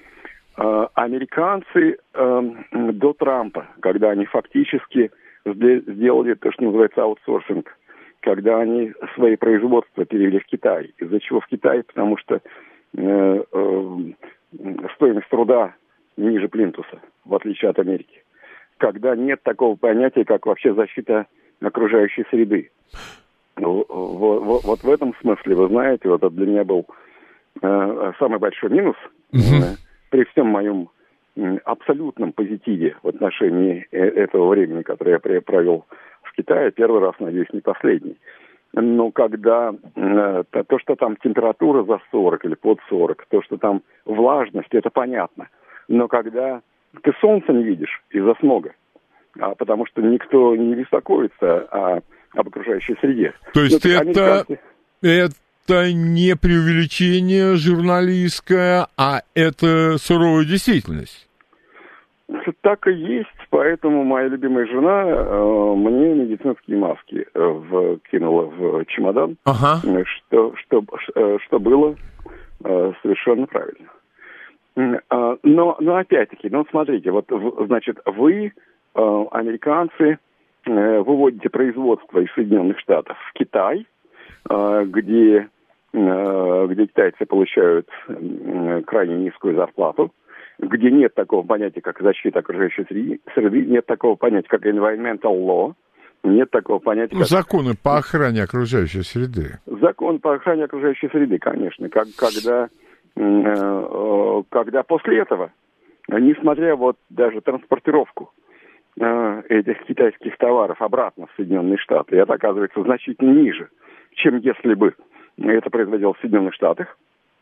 Э, американцы э, до Трампа, когда они фактически сделали то, что называется аутсорсинг, когда они свои производства перевели в Китай. Из-за чего в Китай? Потому что э, э, стоимость труда ниже плинтуса, в отличие от Америки. Когда нет такого понятия, как вообще защита окружающей среды. Вот, вот, вот в этом смысле, вы знаете, вот это для меня был э, самый большой минус uh-huh. э, при всем моем э, абсолютном позитиве в отношении э, этого времени, которое я провел в Китае, первый раз, надеюсь, не последний. Но когда э, то, что там температура за сорок или под сорок, то, что там влажность, это понятно. Но когда ты солнца не видишь из-за смога, а потому что никто не беспокоится о, об окружающей среде. То есть ну, это, американцы... это не преувеличение журналистское, а это суровая действительность? Так и есть, поэтому моя любимая жена э, мне медицинские маски э, в, кинула в чемодан, ага. что, что, что, что было э, совершенно правильно. Но, но опять-таки, ну смотрите, вот, значит, вы, э, американцы, э, выводите производство из Соединенных Штатов в Китай, э, где, э, где китайцы получают э, крайне низкую зарплату, где нет такого понятия, как защита окружающей среды, нет такого понятия, как environmental law, нет такого понятия, как... Законы по охране окружающей среды. Закон по охране окружающей среды, конечно, как, когда... когда после этого, несмотря вот даже транспортировку э, этих китайских товаров обратно в Соединенные Штаты, это оказывается значительно ниже, чем если бы это производилось в Соединенных Штатах.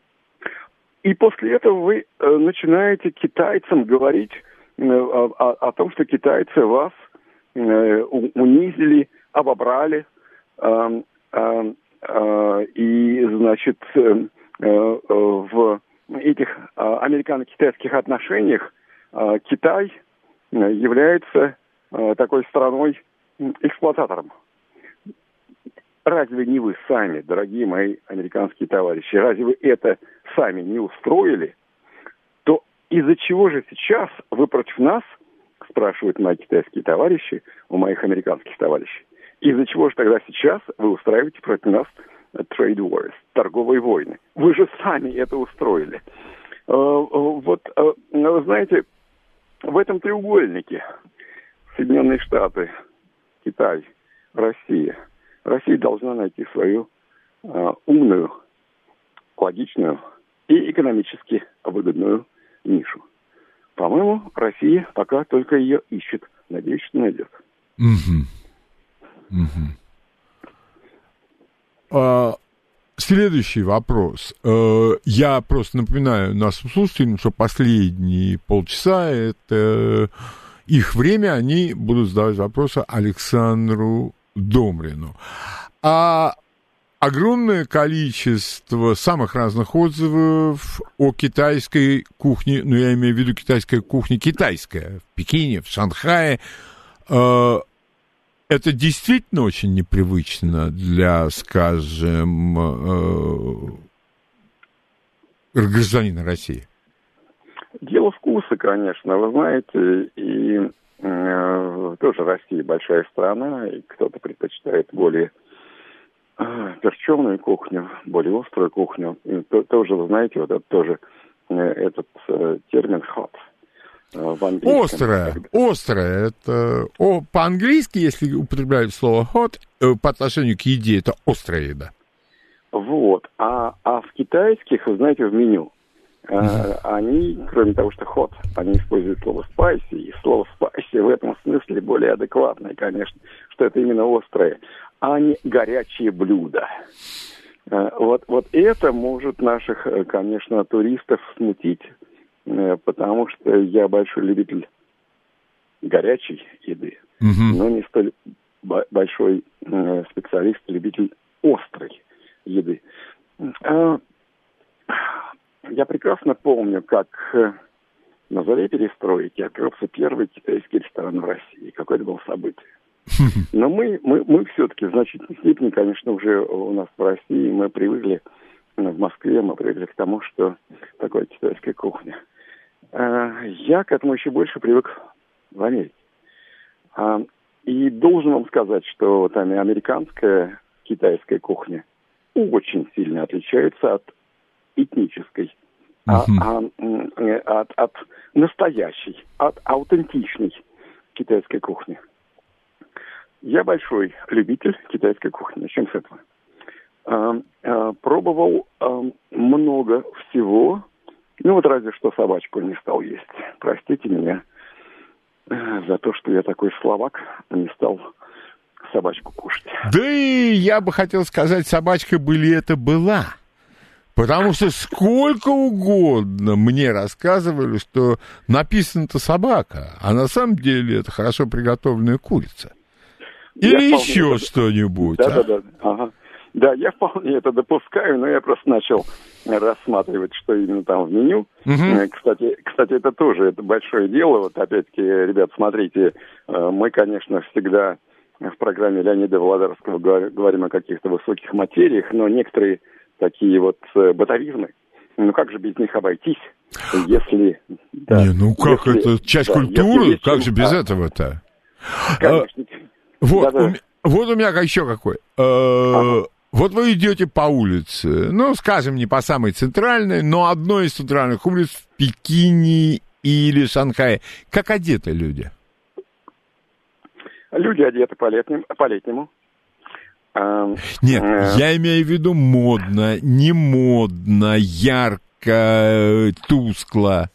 И после этого вы э, начинаете китайцам говорить э, о, о том, что китайцы вас э, унизили, обобрали, э, э, э, и, значит... Э, в этих американо-китайских отношениях Китай является такой страной-эксплуататором. разве не вы сами, дорогие мои американские товарищи, разве вы это сами не устроили? То из-за чего же сейчас вы против нас, спрашивают мои китайские товарищи у моих американских товарищей, из-за чего же тогда сейчас вы устраиваете против нас trade wars, торговые войны? Вы же сами это устроили. Вот, вы знаете, в этом треугольнике Соединенные Штаты, Китай, Россия. Россия должна найти свою умную, логичную и экономически выгодную нишу. По-моему, Россия пока только ее ищет. Надеюсь, что найдет. Угу. Угу. А, следующий вопрос. А, я просто напоминаю нашим слушателям, что последние полчаса это их время, они будут задавать вопросы Александру Домрину. А огромное количество самых разных отзывов о китайской кухне, ну, я имею в виду китайская кухня, китайская, в Пекине, в Шанхае. Э, это действительно очень непривычно для, скажем, э, гражданина России. Дело вкуса, конечно. Вы знаете, и э, тоже Россия большая страна, и кто-то предпочитает более перченую кухню, более острую кухню. И то, тоже, вы знаете, вот это тоже э, этот э, термин hot э, в английском. Острая, острая. Это о, по-английски, если употребляют слово hot, э, по отношению к еде, это острая еда. Вот. А, а в китайских, вы знаете, в меню э, mm-hmm. они, кроме того, что hot, они используют слово spicy, и слово spicy в этом смысле более адекватное, конечно, что это именно острое, а не горячие блюда. Вот, вот это может наших, конечно, туристов смутить, потому что я большой любитель горячей еды, mm-hmm. но не столь большой специалист, любитель острой еды. Я прекрасно помню, как на заре перестройки открылся первый китайский ресторан в России. Какое-то было событие. Но мы, мы, мы все-таки в значительной степени, конечно, уже у нас в России, мы привыкли, в Москве мы привыкли к тому, что такое китайская кухня. Я к этому еще больше привык в Америке. И должен вам сказать, что там американская китайская кухня очень сильно отличается от этнической, uh-huh. от, от, от настоящей, от аутентичной китайской кухни. Я большой любитель китайской кухни. Начнем с этого. А, а, пробовал а, много всего. Ну вот разве что собачку не стал есть. Простите меня за то, что я такой словак, не стал собачку кушать. Да и я бы хотел сказать, собачка были это была. Потому что сколько угодно мне рассказывали, что написано-то собака, а на самом деле это хорошо приготовленная курица. Или я еще это... что-нибудь. Да, а? да, да. Ага. Да, я вполне это допускаю, но я просто начал рассматривать, что именно там в меню. Угу. Кстати, кстати, это тоже это большое дело. Вот опять-таки, ребят, смотрите, мы, конечно, всегда в программе Леонида Володарского говорим о каких-то высоких материях, но некоторые такие вот бытовизмы, ну как же без них обойтись, если... Да, Не, ну как если, это часть да, культуры, как чем, же без а, этого-то? Конечно. А, вот, да, да. У, вот у меня еще какой. А, ага. Вот вы идете по улице, ну, скажем, не по самой центральной, но одной из центральных улиц в Пекине или Шанхае. Как одеты люди? Люди одеты по-летнему. по-летнему. Нет, я имею в виду модно, не модно, ярко, тускло.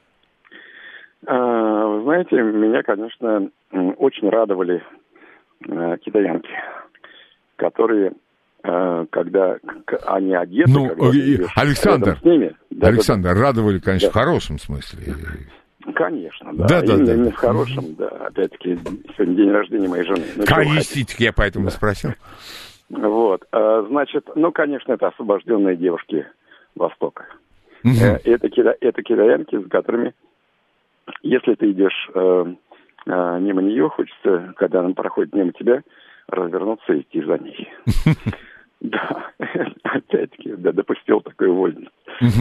Вы знаете, меня, конечно, очень радовали китаянки, которые, когда они одеты... Ну, Александр, с ними, да, Александр, да, да. радовали, конечно, да. в хорошем смысле. Конечно, да. Да, да, Именно да. Не в хорошем, да. Опять-таки, сегодня день рождения моей жены. Ну, Конечно, я поэтому да. спросил. Вот. Значит, ну, конечно, это освобожденные девушки Востока. Угу. Это, это китаянки, с которыми, если ты идешь э, э, мимо нее, хочется, когда она проходит мимо тебя, развернуться и идти за ней. Да, опять-таки, да, допустил такую вольность.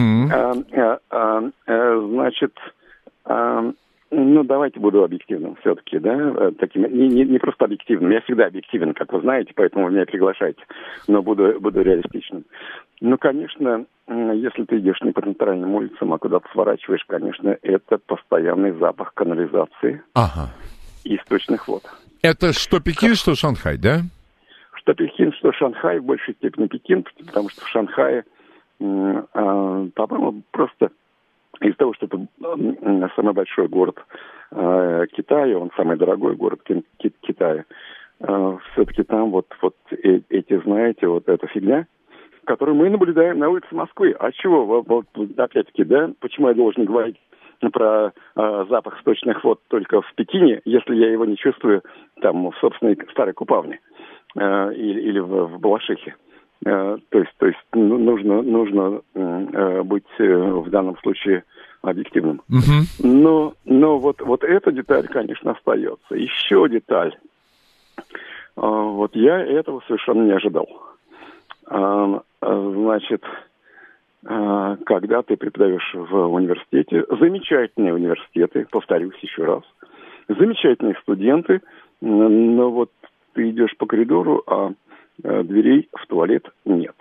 Значит, ну, давайте буду объективным все-таки, да, таким, не, не, не просто объективным, я всегда объективен, как вы знаете, поэтому вы меня приглашаете, но буду, буду реалистичным. Ну, конечно, если ты идешь не по центральным улицам, а куда-то сворачиваешь, конечно, это постоянный запах канализации ага. и источных вод. Это что Пекин, что Шанхай, да? Что Пекин, что Шанхай, в большей степени Пекин, потому что в Шанхае, по-моему, просто... Из-за того, что это самый большой город э, Китая, он самый дорогой город Китая, э, все-таки там вот, вот э, эти, знаете, вот эта фигня, которую мы наблюдаем на улице Москвы. А чего? Вот, вот, опять-таки, да, почему я должен говорить про э, запах сточных вод только в Пекине, если я его не чувствую там в собственной старой Купавне э, или, или в, в Балашихе? Uh, то есть, то есть нужно, нужно uh, быть uh, в данном случае объективным. Uh-huh. Но, но вот, вот эта деталь, конечно, остается. Еще деталь. Uh, вот я этого совершенно не ожидал. Uh, uh, значит, uh, когда ты преподаешь в университете, замечательные университеты, повторюсь еще раз, замечательные студенты, но вот ты идешь по коридору, а дверей в туалет нет.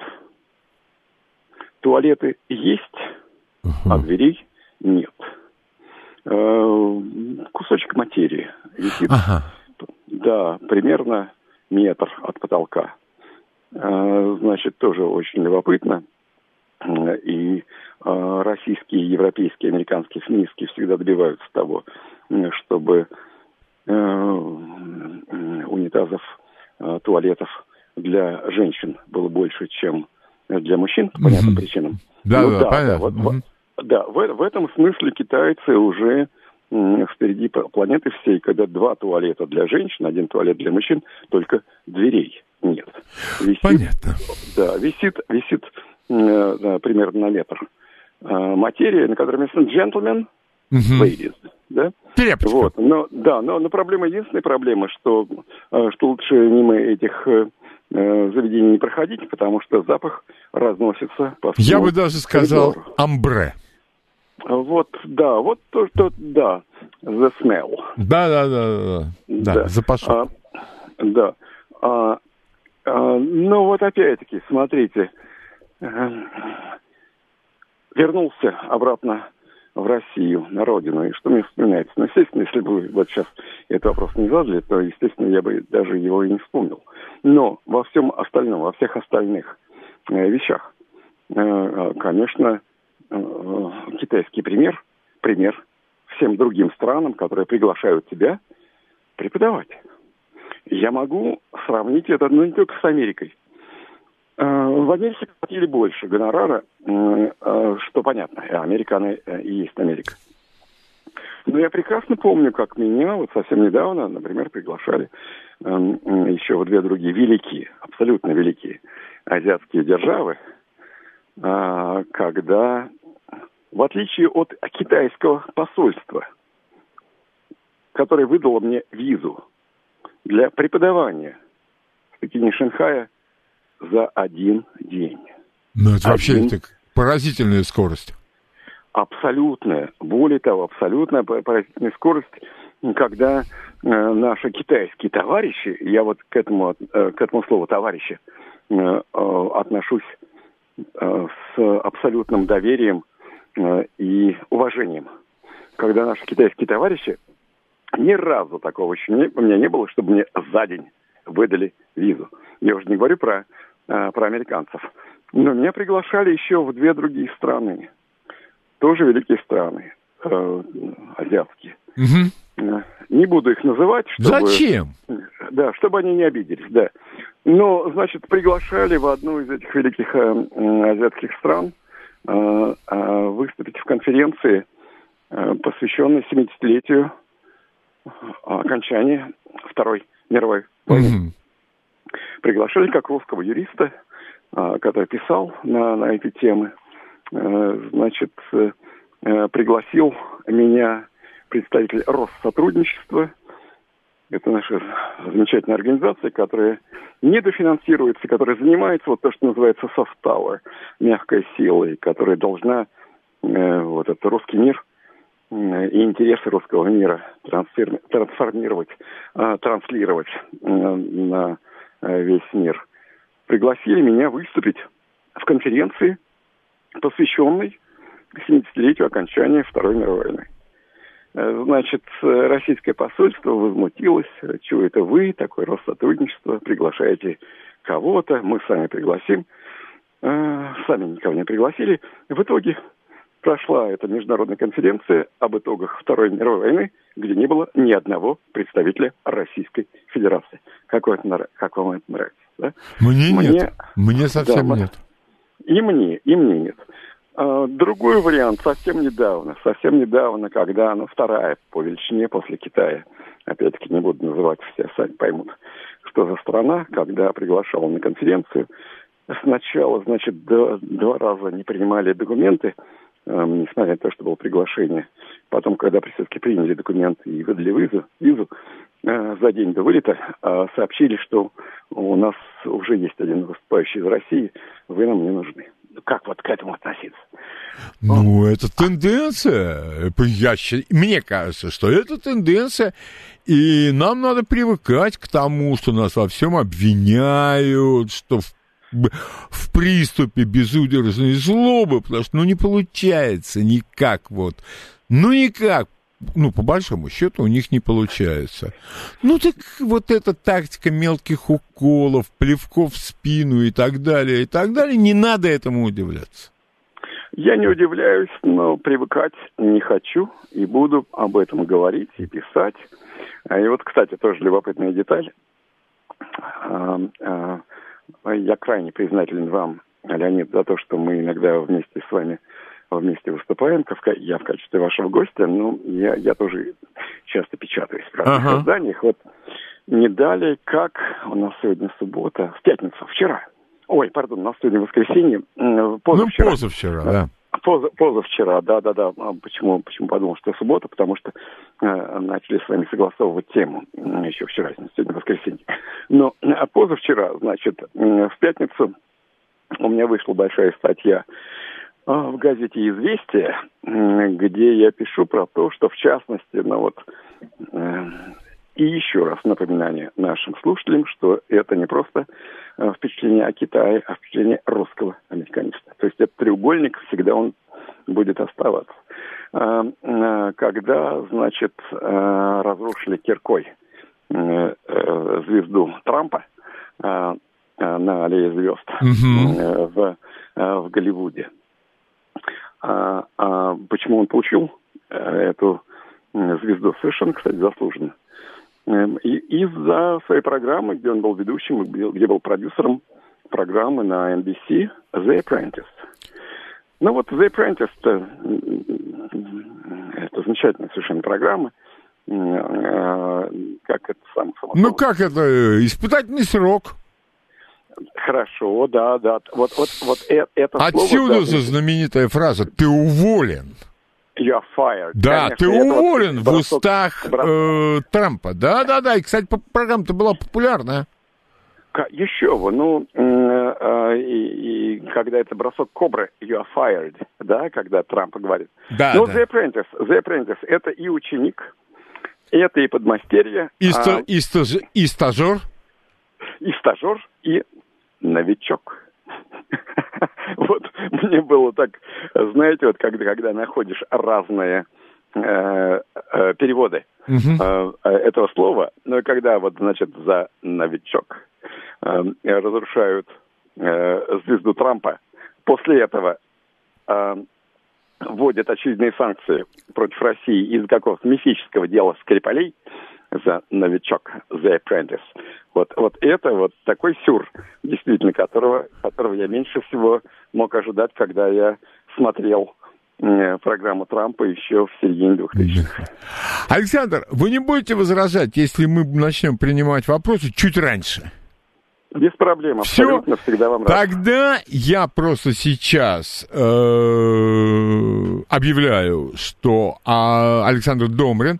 Туалеты есть, uh-huh. а дверей нет. Э-э- кусочек материи висит, uh-huh. да, примерно метр от потолка. Э-э- значит, тоже очень любопытно. И э- российские, европейские, американские феминистки всегда добиваются того, чтобы э- унитазов, э- туалетов для женщин было больше, чем для мужчин, по понятным mm-hmm. причинам. Да, ну, да, да, понятно. да, вот, mm-hmm. да в, в этом смысле китайцы уже м, впереди планеты всей, когда два туалета для женщин, один туалет для мужчин, только дверей нет. Висит, понятно. Да, висит, висит э, да, примерно на метр э, материя, на которой написано «gentlemen», mm-hmm. «ladies». Да? Тряпочка. Вот, но, да, но, но проблема, единственная проблема, что, что лучше мимо этих э, заведений не проходить, потому что запах разносится по всему. Я бы даже сказал коридору. Амбре. Вот, да, вот то, что, да, the smell. Да, да, да, да, да, да. запашок. А, да. А, а, ну вот опять-таки, смотрите, вернулся обратно в Россию, на родину. И что мне вспоминается? Ну, естественно, если бы вы вот сейчас этот вопрос не задали, то, естественно, я бы даже его и не вспомнил. Но во всем остальном, во всех остальных э, вещах, э, конечно, э, китайский пример, пример всем другим странам, которые приглашают тебя преподавать. Я могу сравнить это, ну, не только с Америкой. В Америке платили больше гонорара, что понятно, Америка, она и есть Америка. Но я прекрасно помню, как меня вот совсем недавно, например, приглашали еще в две другие великие, абсолютно великие азиатские державы, когда, в отличие от китайского посольства, которое выдало мне визу для преподавания в Пекине, Шанхае, за один день. Ну, это вообще один... это поразительная скорость. Абсолютная. Более того, абсолютная поразительная скорость, когда э, наши китайские товарищи, я вот к этому, э, к этому слову товарищи э, э, отношусь э, с абсолютным доверием э, и уважением. Когда наши китайские товарищи, ни разу такого еще не, у меня не было, чтобы мне за день выдали визу. Я уже не говорю про про американцев. Но меня приглашали еще в две другие страны. Тоже великие страны. Э, азиатские. Угу. Не буду их называть, чтобы... Зачем? Да, чтобы они не обиделись, да. Но, значит, приглашали в одну из этих великих э, азиатских стран э, э, выступить в конференции, э, посвященной семидесятилетию окончания Второй мировой войны. Угу. Приглашали как русского юриста, который писал на, на эти темы. Значит, пригласил меня представитель Россотрудничества, Это наша замечательная организация, которая недофинансируется, которая занимается вот то, что называется soft power, мягкой силой, которая должна э, вот этот русский мир э, и интересы русского мира трансформировать, э, транслировать э, на э, весь мир. Пригласили меня выступить в конференции, посвященной семидесятилетию окончания Второй мировой войны. Значит, российское посольство возмутилось, чего это вы, такое Россотрудничество, приглашаете кого-то, мы сами пригласим, сами никого не пригласили. В итоге прошла эта международная конференция об итогах Второй мировой войны, где не было ни одного представителя Российской Федерации. Как, это, как вам это нравится? Да? Мне, мне нет, мне совсем да, нет. И мне, и мне нет. Другой вариант совсем недавно, совсем недавно, когда она вторая по величине после Китая, опять-таки не буду называть, все сами поймут, что за страна, когда приглашала на конференцию, сначала, значит, два, два раза не принимали документы, э, несмотря на то, что было приглашение. Потом, когда все-таки приняли документы и выдали визу, визу э, за день до вылета, э, сообщили, что у нас уже есть один выступающий из России, вы нам не нужны. Как вот к этому относиться? Ну, это тенденция. Я, мне кажется, что это тенденция, и нам надо привыкать к тому, что нас во всем обвиняют, что в, в приступе безудержной злобы, потому что, ну, не получается никак вот. Ну, никак. Ну, по большому счету, у них не получается. Ну, так вот эта тактика мелких уколов, плевков в спину и так далее, и так далее, не надо этому удивляться. Я не удивляюсь, но привыкать не хочу, и буду об этом говорить и писать. И вот, кстати, тоже любопытная деталь. Я крайне признателен вам, Леонид, за то, что мы иногда вместе с вами вместе выступаем, я в качестве вашего гостя, но я, я тоже часто печатаюсь в разных ага. изданиях. Вот не далее, как у нас сегодня суббота, в пятницу, вчера. Ой, пардон, у нас сегодня воскресенье, позавчера. Ну, позавчера, да. Поза, позавчера, да-да-да. Почему, почему подумал, что суббота? Потому что э, начали с вами согласовывать тему еще вчера, сегодня воскресенье. Но а позавчера, значит, в пятницу у меня вышла большая статья в газете «Известия», где я пишу про то, что в частности, ну вот, э, и еще раз напоминание нашим слушателям, что это не просто э, впечатление о Китае, а впечатление русского американиста. То есть этот треугольник всегда он будет оставаться. Э, э, когда, значит, э, разрушили киркой э, э, звезду Трампа э, э, на аллее звезд mm-hmm. э, в, э, в Голливуде, А, а почему он получил э, эту э, звезду? Совершенно, кстати, заслуженно. Э, и, из-за своей программы, где он был ведущим, где был продюсером программы на эн би си The Apprentice. Ну вот The Apprentice это, это замечательная совершенно программа. Э, как это сам само. Ну как это? Испытательный срок. Хорошо, да, да. Вот, вот, вот это, это Отсюда слово, же да, знаменитая фраза «ты уволен». You're fired. Да, конечно, ты уволен вот в устах э, Трампа. Да-да-да, и, кстати, программа-то была популярная. Еще бы, ну, э, э, и, и когда это бросок кобры, you're fired, да, когда Трамп говорит. Да, Но да. The Apprentice, The Apprentice, это и ученик, это и подмастерье. И, а, ста- и, стаж... и стажер. И стажер, и новичок. Вот мне было так, знаете, вот когда, когда находишь разные э, э, переводы uh-huh. э, этого слова, но когда вот, значит, за новичок э, разрушают э, звезду Трампа, после этого э, вводят очередные санкции против России из какого-то мифического дела Скрипалей за новичок, The Apprentice. Вот, вот это вот такой сюр, действительно, которого, которого я меньше всего мог ожидать, когда я смотрел э, программу Трампа еще в середине двухтысячных. Александр, вы не будете возражать, если мы начнем принимать вопросы чуть раньше? Без проблем, абсолютно, Все? Всегда вам рад. Тогда я просто сейчас э, объявляю, что э, Александр Домрин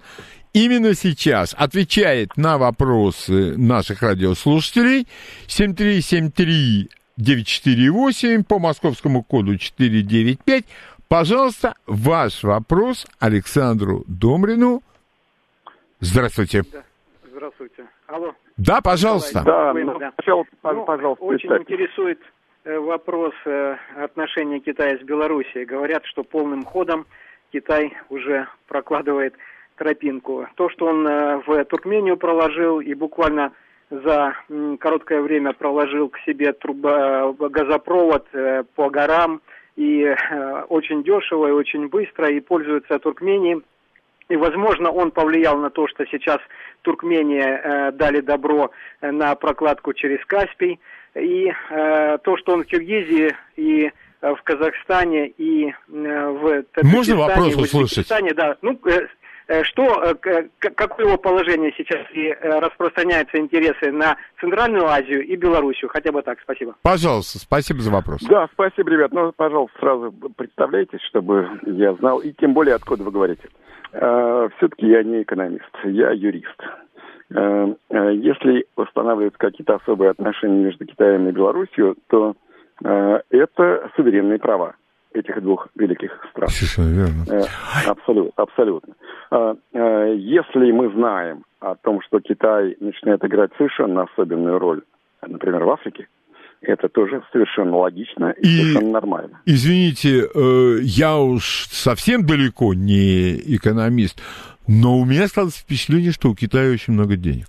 именно сейчас отвечает на вопросы наших радиослушателей. семь три семь три девять четыре восемь по московскому коду четыре девять пять. Пожалуйста, ваш вопрос Александру Домрину. Здравствуйте. Да. Здравствуйте. Алло. Да, пожалуйста. Да, Вы, ну, да. пожалуйста, Ну, пожалуйста. очень представьте. интересует э, вопрос э, отношения Китая с Белоруссией. Говорят, что полным ходом Китай уже прокладывает тропинку. То, что он э, в Туркмению проложил и буквально за м, короткое время проложил к себе труба, газопровод э, по горам, и э, очень дешево, и очень быстро, и пользуется Туркменией. И, возможно, он повлиял на то, что сейчас Туркмении э, дали добро на прокладку через Каспий. И э, то, что он в Киргизии и э, в Казахстане, и э, в Таджикистане, Можно вопрос в услышать? Узбекистане, да. Ну, э, э, что, э, к- какое его положение сейчас и э, распространяются интересы на Центральную Азию и Белоруссию? Хотя бы так, спасибо. Пожалуйста, спасибо за вопрос. Да, спасибо, ребят. Ну, пожалуйста, сразу представляйтесь, чтобы я знал, и тем более, откуда вы говорите. Uh, все-таки я не экономист, я юрист. Uh, uh, если устанавливаются какие-то особые отношения между Китаем и Белоруссией, то uh, это суверенные права этих двух великих стран. Совершенно верно. Uh, абсолютно. абсолютно. Uh, uh, если мы знаем о том, что Китай начинает играть совершенно особенную роль, например, в Африке, это тоже совершенно логично и, и совершенно нормально. Извините, э, я уж совсем далеко не экономист, но у меня складывается впечатление, что у Китая очень много денег.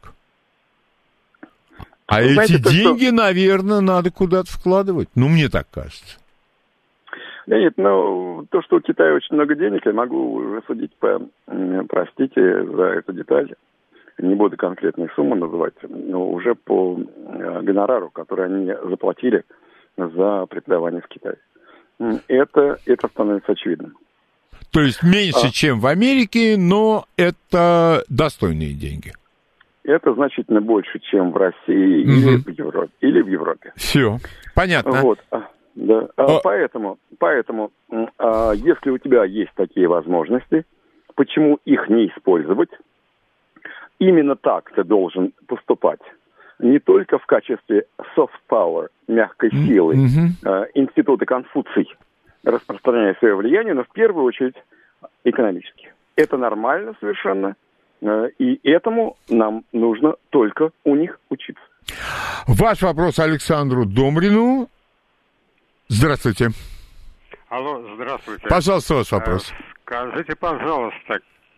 А Вы эти знаете, то, деньги, что... наверное, надо куда-то вкладывать. Ну, мне так кажется. Да нет, ну, то, что у Китая очень много денег, я могу судить по, простите за эту деталь, не буду конкретные суммы называть, но уже по гонорару, который они заплатили за преподавание в Китае. Это, это становится очевидным. То есть меньше, а. чем в Америке, но это достойные деньги. Это значительно больше, чем в России угу. или в Европе. Или в Европе. Все, понятно. Вот, да. а. Поэтому, поэтому а, если у тебя есть такие возможности, почему их не использовать? Именно так ты должен поступать. Не только в качестве soft power, мягкой силы, mm-hmm. э, института Конфуций, распространяя свое влияние, но в первую очередь экономически. Это нормально совершенно, э, и этому нам нужно только у них учиться. Ваш вопрос Александру Домрину. Здравствуйте. Алло, здравствуйте. Пожалуйста, ваш вопрос. Скажите, пожалуйста,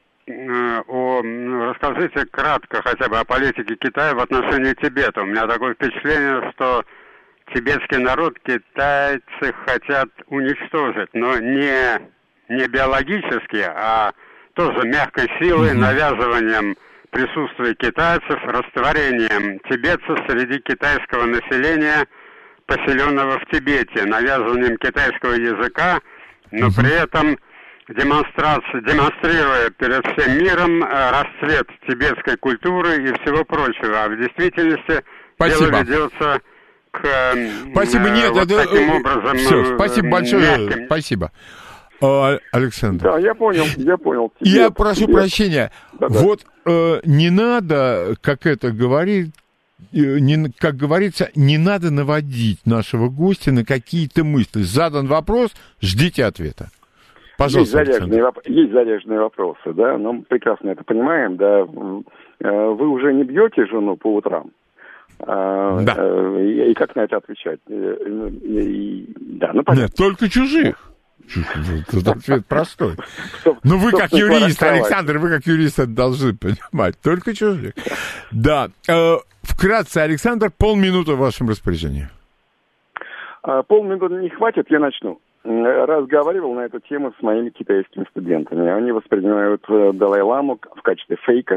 о, расскажите кратко хотя бы о политике Китая в отношении Тибета. У меня такое впечатление, что тибетский народ китайцы хотят уничтожить, но не, не биологически, а тоже мягкой силой, mm-hmm. навязыванием присутствия китайцев, растворением тибетцев среди китайского населения, поселенного в Тибете, навязыванием китайского языка, но mm-hmm. при этом демонстрация, демонстрируя перед всем миром расцвет тибетской культуры и всего прочего. А в действительности спасибо. Дело ведется к спасибо, нет, вот это, таким образом. Все, спасибо большое, мягким. спасибо. А, Александр. Да, я понял, я понял. Тибет, я прошу Тибет. прощения. Да-да. Вот э, не надо, как это говорит, не, как говорится, не надо наводить нашего гостя на какие-то мысли. Задан вопрос, ждите ответа. Пожалуйста, есть заряженные, воп- есть заряженные вопросы, да, но мы прекрасно это понимаем, да. Вы уже не бьете жену по утрам? Да. И, и как на это отвечать? И, и, да, ну, понятно. Нет, только чужих. Тут ответ простой. Ну, вы как юрист, Александр, вы как юрист это должны понимать. Только чужих. Да. Вкратце, Александр, полминуты в вашем распоряжении. Полминуты не хватит, я начну. Разговаривал на эту тему с моими китайскими студентами. Они воспринимают Далай-ламу в качестве фейка.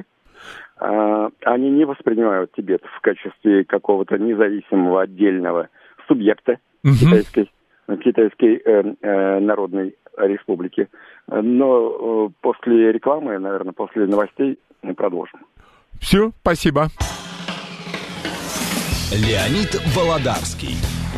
Они не воспринимают Тибет в качестве какого-то независимого отдельного субъекта uh-huh. китайской, китайской э, э, народной республики. Но э, после рекламы, наверное, после новостей мы продолжим. Все, спасибо. Леонид Володарский.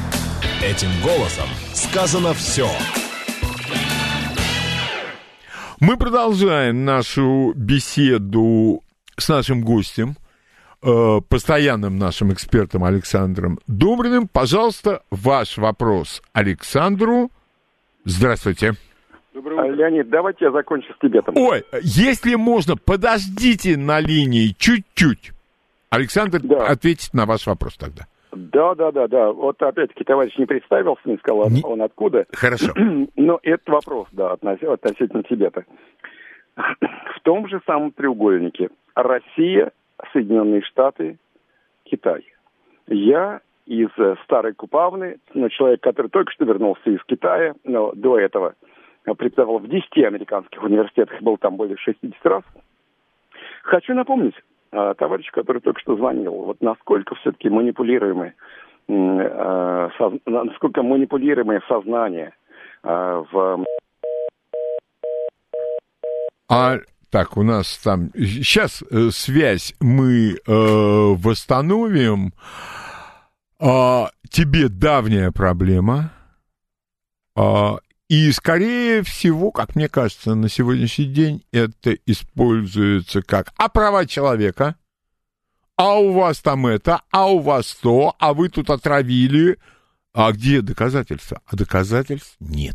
Этим голосом сказано все. Мы продолжаем нашу беседу с нашим гостем, э, постоянным нашим экспертом Александром Добриным. Пожалуйста, ваш вопрос Александру. Здравствуйте. Леонид, давайте я закончу с Тибетом. Ой, если можно, подождите на линии чуть-чуть. Александр да. ответит на ваш вопрос тогда. Да, да, да, да. Вот опять-таки товарищ не представился, не сказал, не... он откуда. Хорошо. Но этот вопрос, да, относительно Тибета. В том же самом треугольнике Россия, Соединенные Штаты, Китай. Я из Старой Купавны, ну, человек, который только что вернулся из Китая, но до этого преподавал в десяти американских университетах, был там более шестьдесят раз. Хочу напомнить товарищу, который только что звонил, вот насколько все-таки манипулируемое, э, соз... насколько манипулируемое сознание э, в... А, так, у нас там... Сейчас э, связь мы э, восстановим. А, тебе давняя проблема. А, и, скорее всего, как мне кажется, на сегодняшний день это используется как «а права человека», «а у вас там это», «а у вас то», «а вы тут отравили». А где доказательства? А доказательств нет.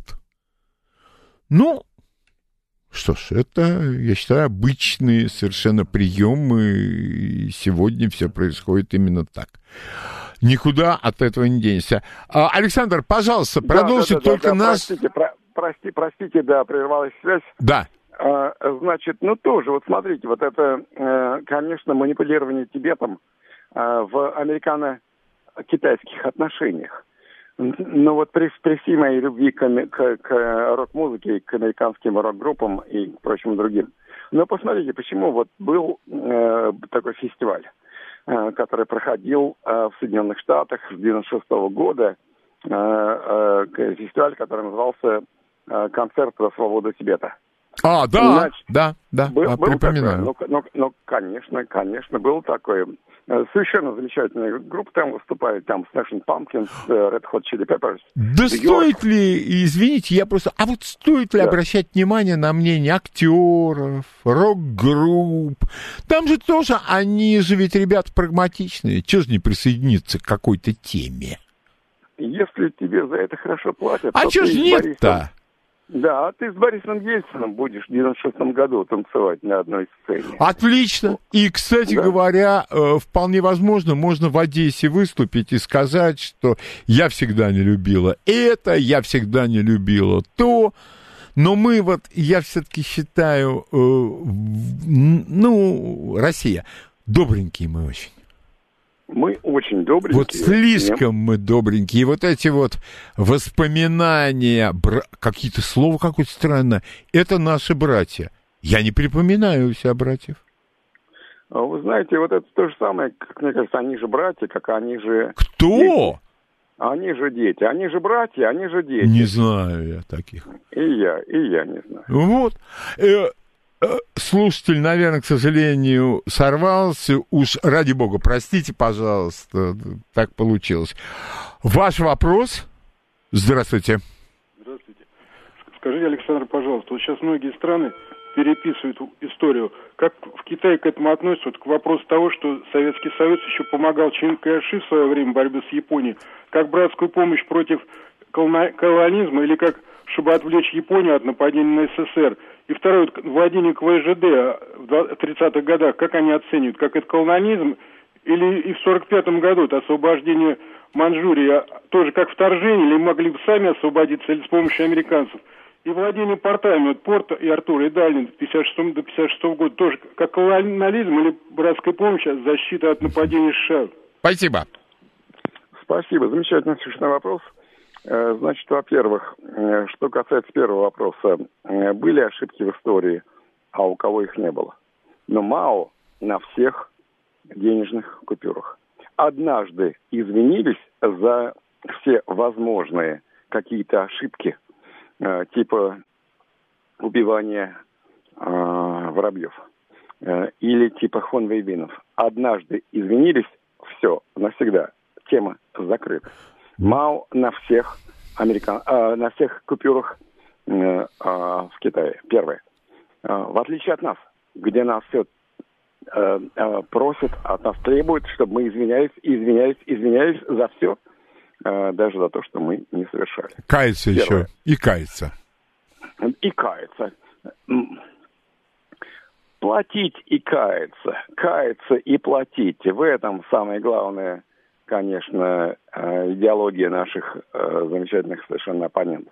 Ну, что ж, это, я считаю, обычные совершенно приемы, и сегодня все происходит именно так. Никуда от этого не денешься. А, Александр, пожалуйста, продолжите, да, да, да, только да, нас... Простите, про, прости, простите, да, прервалась связь. Да. А, значит, ну тоже, вот смотрите, вот это, конечно, манипулирование Тибетом в американо-китайских отношениях. Но вот при, при всей моей любви к, к, к рок-музыке, к американским рок-группам и к прочим другим. Но посмотрите, почему вот был э, такой фестиваль, который проходил в Соединенных Штатах с девяносто шестого года, фестиваль, который назывался «Концерт за свободу Тибета». А, да, Значит, да, да, был, а, был припоминаю. Такое, ну, ну, ну, конечно, конечно, был такой. Совершенно замечательная группа там выступает, там Smashing Pumpkins, Red Hot Chili Peppers. Да The стоит York. ли, извините, я просто... А вот стоит ли да. обращать внимание на мнение актеров, рок-групп? Там же тоже, они же ведь ребята прагматичные. Чего же не присоединиться к какой-то теме? Если тебе за это хорошо платят... А чего же нет-то? Да, ты с Борисом Ельциным будешь в девяносто шестом году танцевать на одной сцене. Отлично. И, кстати да. говоря, вполне возможно, можно в Одессе выступить и сказать, что я всегда не любила это, я всегда не любила то. Но мы вот, я все-таки считаю, ну, Россия, добренькие мы очень. Мы очень добренькие. Вот слишком мы добренькие. И вот эти вот воспоминания, бра... какие-то слова какое-то странное, это наши братья. Я не припоминаю у себя братьев. Вы знаете, вот это то же самое, как мне кажется, они же братья, как они же... Кто? Дети. Они же дети. Они же братья, они же дети. Не знаю я таких. И я, и я не знаю. Вот. Э, слушатель, наверное, к сожалению, сорвался. Уж ради бога, простите, пожалуйста, так получилось. Ваш вопрос? Здравствуйте. Здравствуйте. Скажите, Александр, пожалуйста, вот сейчас многие страны переписывают историю. Как в Китае к этому относятся? Вот к вопросу того, что Советский Союз еще помогал Чан Кайши в свое время в борьбе с Японией, как братскую помощь против колониализма или как, чтобы отвлечь Японию от нападения на СССР. И второе, владение КВЖД в тридцатых годах, как они оценивают? Как это колониализм? Или и в сорок пятом году это освобождение Манчжурии тоже как вторжение, или могли бы сами освободиться, или с помощью американцев? И владение портами от Порта и Артура и Дальнего пятьдесят шестого до пятьдесят шестого года тоже как колониализм или братская помощь, защита от нападения США? Спасибо. Спасибо. Замечательный совершенно вопрос. Значит, во-первых, что касается первого вопроса, были ошибки в истории, а у кого их не было. Но Мао на всех денежных купюрах. Однажды извинились за все возможные какие-то ошибки, типа убивания воробьев или типа хунвейбинов. Однажды извинились, все, навсегда, тема закрыта. Мао на всех, американ... а, на всех купюрах э, а, в Китае. Первое. в отличие от нас, где нас все просят, от нас требуют, чтобы мы извинялись, извинялись, извинялись за все, даже за то, что мы не совершали. Кается еще. И кается. И кается. Платить и каяться. Каяться и платить. В этом самое главное, конечно, идеология наших замечательных совершенно оппонентов.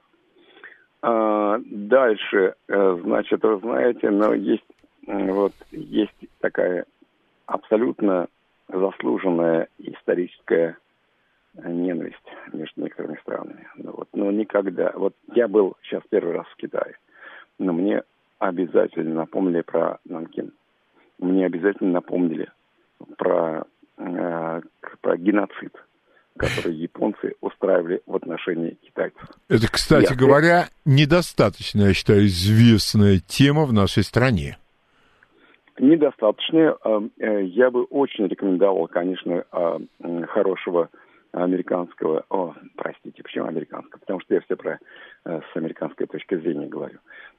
Дальше, значит, вы знаете, но есть, вот, есть такая абсолютно заслуженная историческая ненависть между некоторыми странами. Ну, вот, но никогда... Вот я был сейчас первый раз в Китае, но мне обязательно напомнили про Нанкин. Мне обязательно напомнили про, э, про геноцид, который японцы устраивали в отношении китайцев. Это, кстати я говоря, ты... недостаточно, я считаю, известная тема в нашей стране. Недостаточно. Я бы очень рекомендовал, конечно, хорошего американского... О, простите, почему американского? Потому что я все про с американской точки зрения говорю.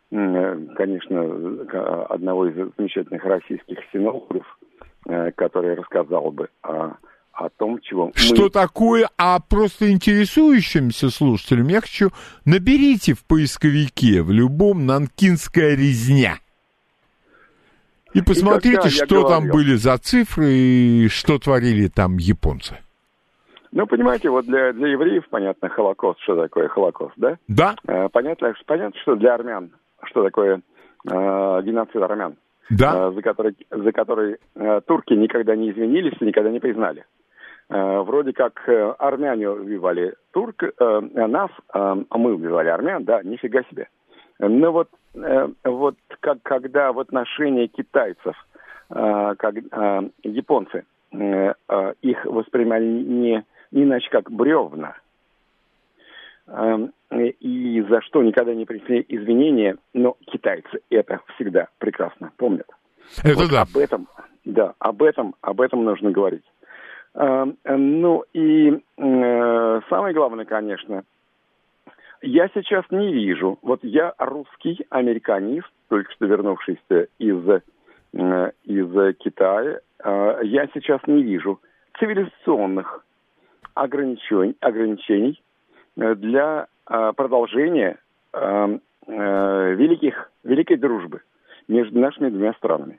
Конечно, одного из замечательных российских синологов, который рассказал бы о, о том, чего мы... Что такое, а просто интересующимся слушателям я хочу, наберите в поисковике в любом «Нанкинская резня». И посмотрите, и что там говорил, были за цифры и что творили там японцы. Ну, понимаете, вот для, для евреев, понятно, Холокост, что такое Холокост, да? Да. Э, понятно, понятно, что для армян, что такое э, геноцид армян. Да. Э, за который, за который э, турки никогда не извинились и никогда не признали. Э, вроде как э, армяне убивали турк, э, нас, э, а мы убивали армян, да, нифига себе. Но вот, э, вот как, когда в отношении китайцев, э, как, э, японцы, э, э, их воспринимали не, не иначе как бревна, э, и за что никогда не принесли извинения, но китайцы это всегда прекрасно помнят. Это вот да. Об этом, да, об этом, об этом нужно говорить. Э, ну и э, самое главное, конечно, я сейчас не вижу, вот я русский американист, только что вернувшийся из, из Китая, я сейчас не вижу цивилизационных ограничений, ограничений для продолжения великих, великой дружбы между нашими двумя странами.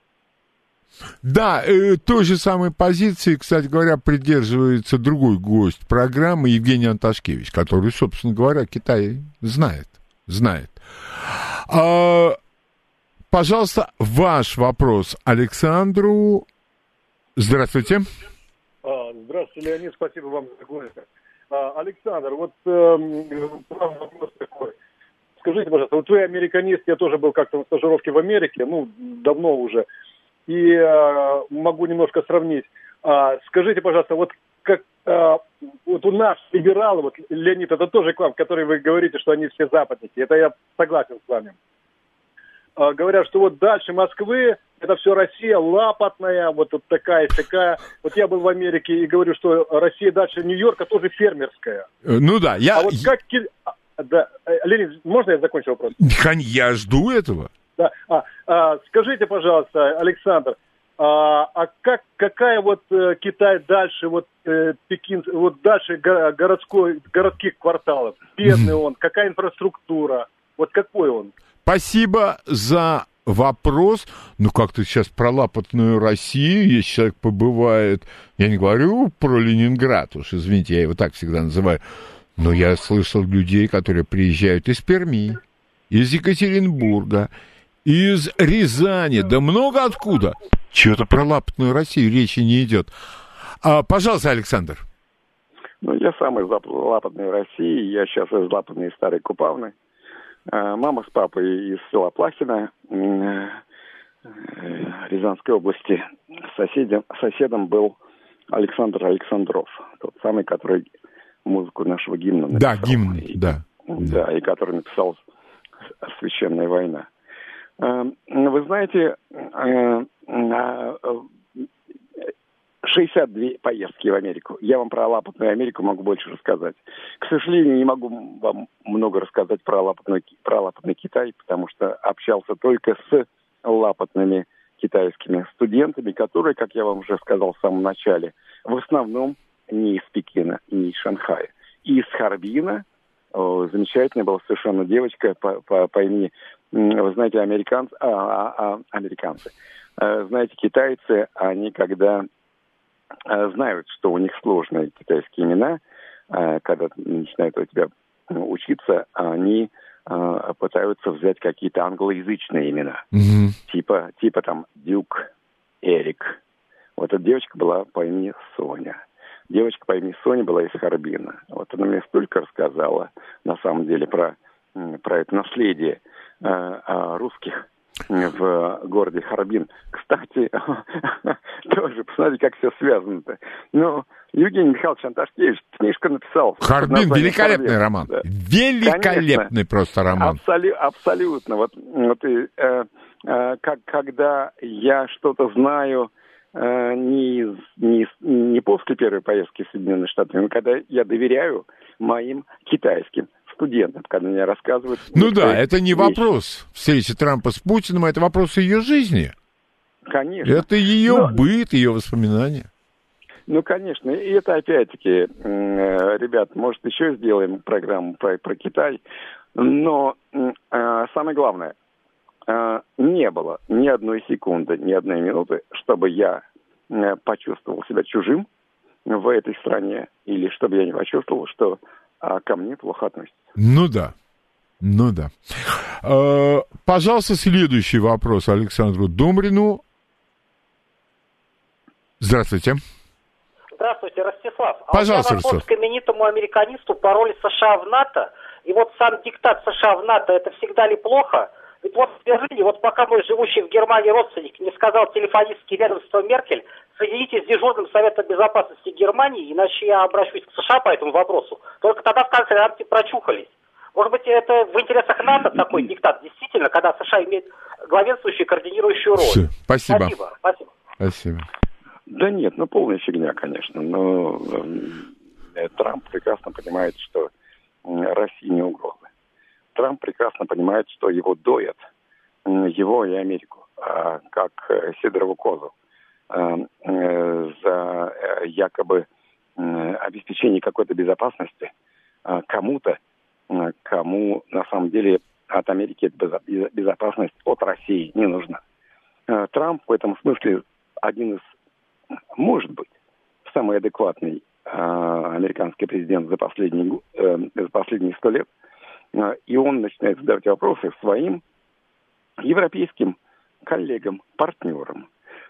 Да, э, той же самой позиции, кстати говоря, придерживается другой гость программы Евгений Анташкевич, который, собственно говоря, Китай знает, знает. А, пожалуйста, ваш вопрос Александру. Здравствуйте. Здравствуйте, Леонид, спасибо вам за такое. Александр, вот э, вопрос такой. Скажите, пожалуйста, вот вы американист, я тоже был как-то на стажировке в Америке, ну, давно уже. И э, могу немножко сравнить. А, скажите, пожалуйста, вот как э, вот у нас либералы, вот Леонид, это тоже к вам, который вы говорите, что они все западники. Это я согласен с вами. А, говорят, что вот дальше Москвы это все Россия лапотная, вот, вот такая такая. Вот я был в Америке и говорю, что Россия дальше Нью-Йорка тоже фермерская. Ну да, я. А вот как да, Леонид, можно я закончу вопрос? Я жду этого. Да. А, а, скажите, пожалуйста, Александр, а, а как, какая вот э, Китай дальше, вот э, Пекин, вот дальше го, городской, городских кварталов? Бедный он, какая инфраструктура? Вот какой он? Спасибо за вопрос. Ну, как-то сейчас про лапотную Россию, если человек побывает, я не говорю про Ленинград, уж извините, я его так всегда называю, но я слышал людей, которые приезжают из Перми, из Екатеринбурга, из Рязани, да много откуда. Чего-то про лапотную Россию речи не идет. А, пожалуйста, Александр. Ну, я сам из лапотной России, я сейчас из лапотной Старой Купавны. А, мама с папой из села Плахино, Рязанской области. Соседем, соседом был Александр Александров, тот самый, который музыку нашего гимна написал. Да, гимн, и, да. Да, и который написал «Священная война». Вы знаете, шестьдесят две поездки в Америку. Я вам про лапотную Америку могу больше рассказать. К сожалению, не могу вам много рассказать про лапотный, про лапотный Китай, потому что общался только с лапотными китайскими студентами, которые, как я вам уже сказал в самом начале, в основном не из Пекина, не из Шанхая. И из Харбина о, замечательная была совершенно девочка по, по, по имени, вы знаете, американцы, а, а, а, американцы. А, знаете, китайцы, они когда а, знают, что у них сложные китайские имена, а, когда начинают у тебя учиться, они а, пытаются взять какие-то англоязычные имена. Mm-hmm. Типа, типа там Дюк, Эрик. Вот эта девочка была по имени Соня. Девочка по имени Соня была из Харбина. Вот она мне столько рассказала, на самом деле, про, про это наследие э, русских в городе Харбин. Кстати, тоже, посмотрите, как все связано-то. Ну, Евгений Михайлович Анташкевич книжку написал. Харбин, великолепный Харбин. Роман. Да. Великолепный Конечно, просто роман. Абсолю, абсолютно. Вот, вот и, э, э, как, когда я что-то знаю... Не, не, не после первой поездки в Соединенные Штаты, но когда я доверяю моим китайским студентам, когда мне рассказывают... Ну да, это не вещи. Вопрос встречи Трампа с Путиным, это вопрос ее жизни. Конечно. Это ее но... быт, ее воспоминания. Ну, конечно. И это опять-таки, ребят, может, еще сделаем программу про, про Китай, но самое главное, не было ни одной секунды, ни одной минуты, чтобы я почувствовал себя чужим в этой стране, или чтобы я не почувствовал, что ко мне плохо относятся. Ну да, ну да. Пожалуйста, следующий вопрос Александру Домрину. Здравствуйте. Здравствуйте, Ростислав. Пожалуйста, а у меня вопрос к именитому американисту по роли США в НАТО. И вот сам диктат США в НАТО, это всегда ли плохо? Ведь вот скажите, вот пока мой живущий в Германии родственник не сказал телефонистке ведомства Меркель, соединитесь с дежурным Советом Безопасности Германии, иначе я обращусь к США по этому вопросу. Только тогда в канцлеранте прочухались. Может быть, это в интересах НАТО такой диктат, действительно, когда США имеет главенствующую координирующую роль. Все, спасибо. Спасибо. Спасибо. Спасибо. Да нет, ну полная фигня, конечно. Но э, Трамп прекрасно понимает, что России не угроза. Трамп прекрасно понимает, что его доят, его и Америку, как Сидорову козу, за якобы обеспечение какой-то безопасности кому-то, кому на самом деле от Америки безопасность от России не нужна. Трамп в этом смысле один из, может быть, самый адекватный американский президент за последние, за последние сто лет. И он начинает задавать вопросы своим европейским коллегам, партнерам.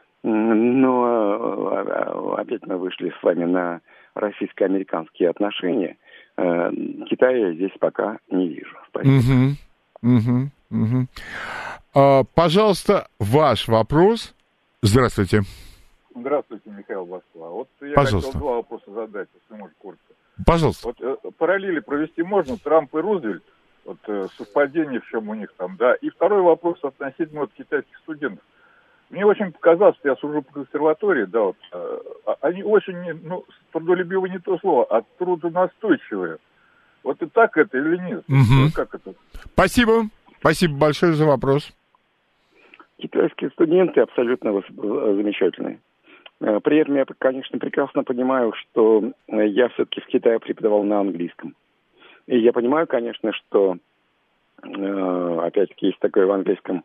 Но опять мы вышли с вами на российско-американские отношения. Китая здесь пока не вижу. Спасибо. Угу, угу, угу. А, пожалуйста, ваш вопрос. Здравствуйте. Здравствуйте, Михаил Москва. Вот я Пожалуйста. хотел два вопроса задать, если можно коротко. Пожалуйста. Вот э, параллели провести можно, Трамп и Рузвельт, вот э, совпадение в чем у них там, да. И второй вопрос относительно вот, китайских студентов. Мне очень показалось, что я служу по консерватории, да, вот, э, они очень, ну, трудолюбивые не то слово, а трудонастойчивые. Вот и так это или нет? Угу. Как это? Спасибо. Спасибо большое за вопрос. Китайские студенты абсолютно замечательные. При этом я, конечно, прекрасно понимаю, что я все-таки в Китае преподавал на английском. И я понимаю, конечно, что, опять-таки, есть такое в английском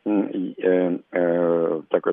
такое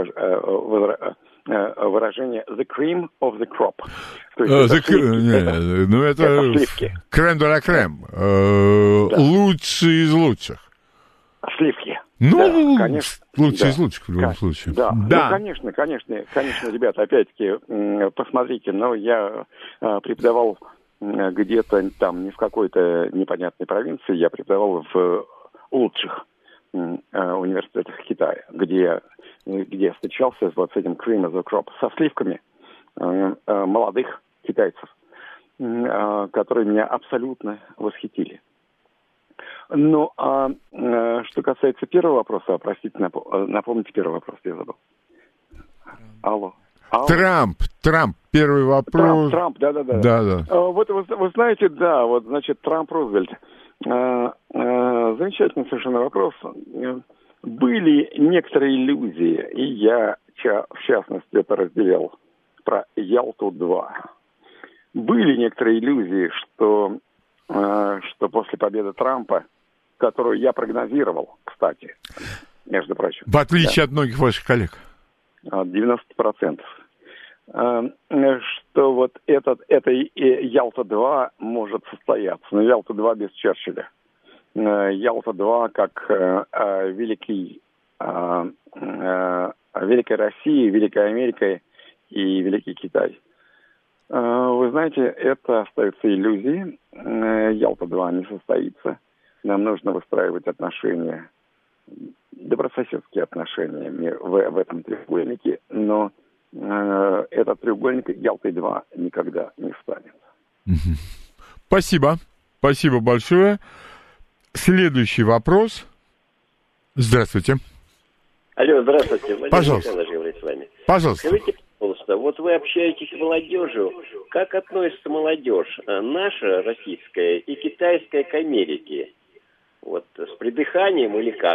выражение «the cream of the crop». То есть uh, это сливки, не, это, ну это, это сливки. Крем де ла крем. Uh, да. Лучший из лучших. Сливки. Ну, да, конечно, лучший да. из лучших в любом случае. Да, да. Ну, конечно, конечно, конечно, ребята, опять-таки, посмотрите, но я преподавал где-то там, не в какой-то непонятной провинции, я преподавал в лучших университетах Китая, где, где я встречался вот с этим cream of the crop, со сливками молодых китайцев, которые меня абсолютно восхитили. Ну, а что касается первого вопроса, простите, напомните первый вопрос, я забыл. Алло. А Трамп, Трамп, первый вопрос. Трамп, Трамп, да-да-да. Да-да. А, вот вы, вы знаете, да, вот, значит, Трамп Рузвельт. А, а, замечательный совершенно вопрос. Были некоторые иллюзии, и я, в частности, это разделял, про Ялту-два. Были некоторые иллюзии, что, что после победы Трампа, которую я прогнозировал, кстати, между прочим. В отличие да, от многих ваших коллег. девяносто процентов. Что вот этот, это Ялта-два может состояться. Но Ялта-два без Черчилля. Ялта-два как великий, Великая Россия, Великая Америка и Великий Китай. Вы знаете, это остается иллюзией. Ялта-два не состоится. Нам нужно выстраивать отношения, добрососедские отношения в, в этом треугольнике, но э, этот треугольник Ялтой-два никогда не станет. Спасибо. Спасибо большое. Следующий вопрос. Здравствуйте. Алло, здравствуйте. Пожалуйста. Владимир с вами. Пожалуйста. Скажите, пожалуйста, вот вы общаетесь с молодежью. Как относится молодежь, наша российская и китайская, к Америке? Вот с придыханием или как?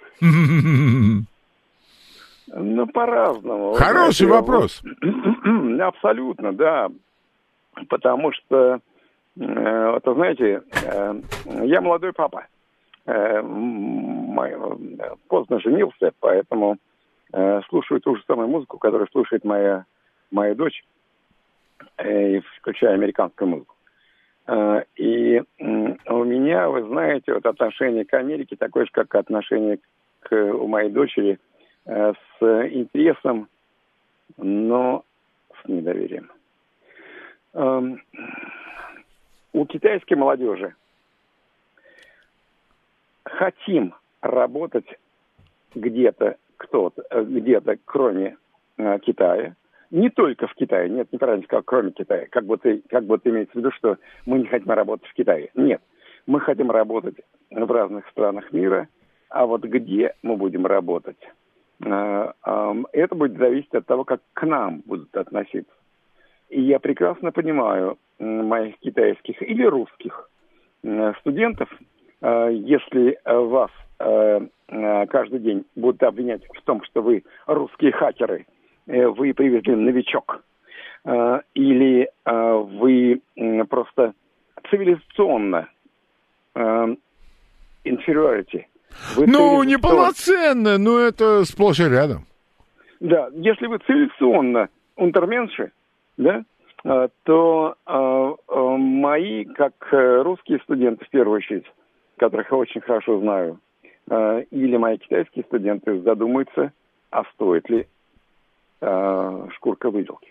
Ну, по-разному. Хороший знаете, вопрос. Вот, абсолютно, да. Потому что, э, вот, знаете, э, я молодой папа. Э, мой, поздно женился, поэтому э, слушаю ту же самую музыку, которую слушает моя, моя дочь, э, включая американскую музыку. И у меня, вы знаете, вот отношение к Америке такое же, как отношение к, у моей дочери, с интересом, но с недоверием. У китайской молодежи хотим работать где-то, кто-то, где-то, кроме Китая. Не только в Китае, нет, неправильно сказал, кроме Китая. Как будто, как будто имеется в виду, что мы не хотим работать в Китае. Нет, мы хотим работать в разных странах мира, а вот где мы будем работать, это будет зависеть от того, как к нам будут относиться. И я прекрасно понимаю моих китайских или русских студентов, если вас каждый день будут обвинять в том, что вы русские хакеры, вы привезли новичок, или вы просто цивилизационно inferiority. Вы ну, неполноценно, но это сплошь и рядом. Да, если вы цивилизационно унтерменши, да, то мои, как русские студенты, в первую очередь, которых я очень хорошо знаю, или мои китайские студенты задумаются, а стоит ли шкурка выделки.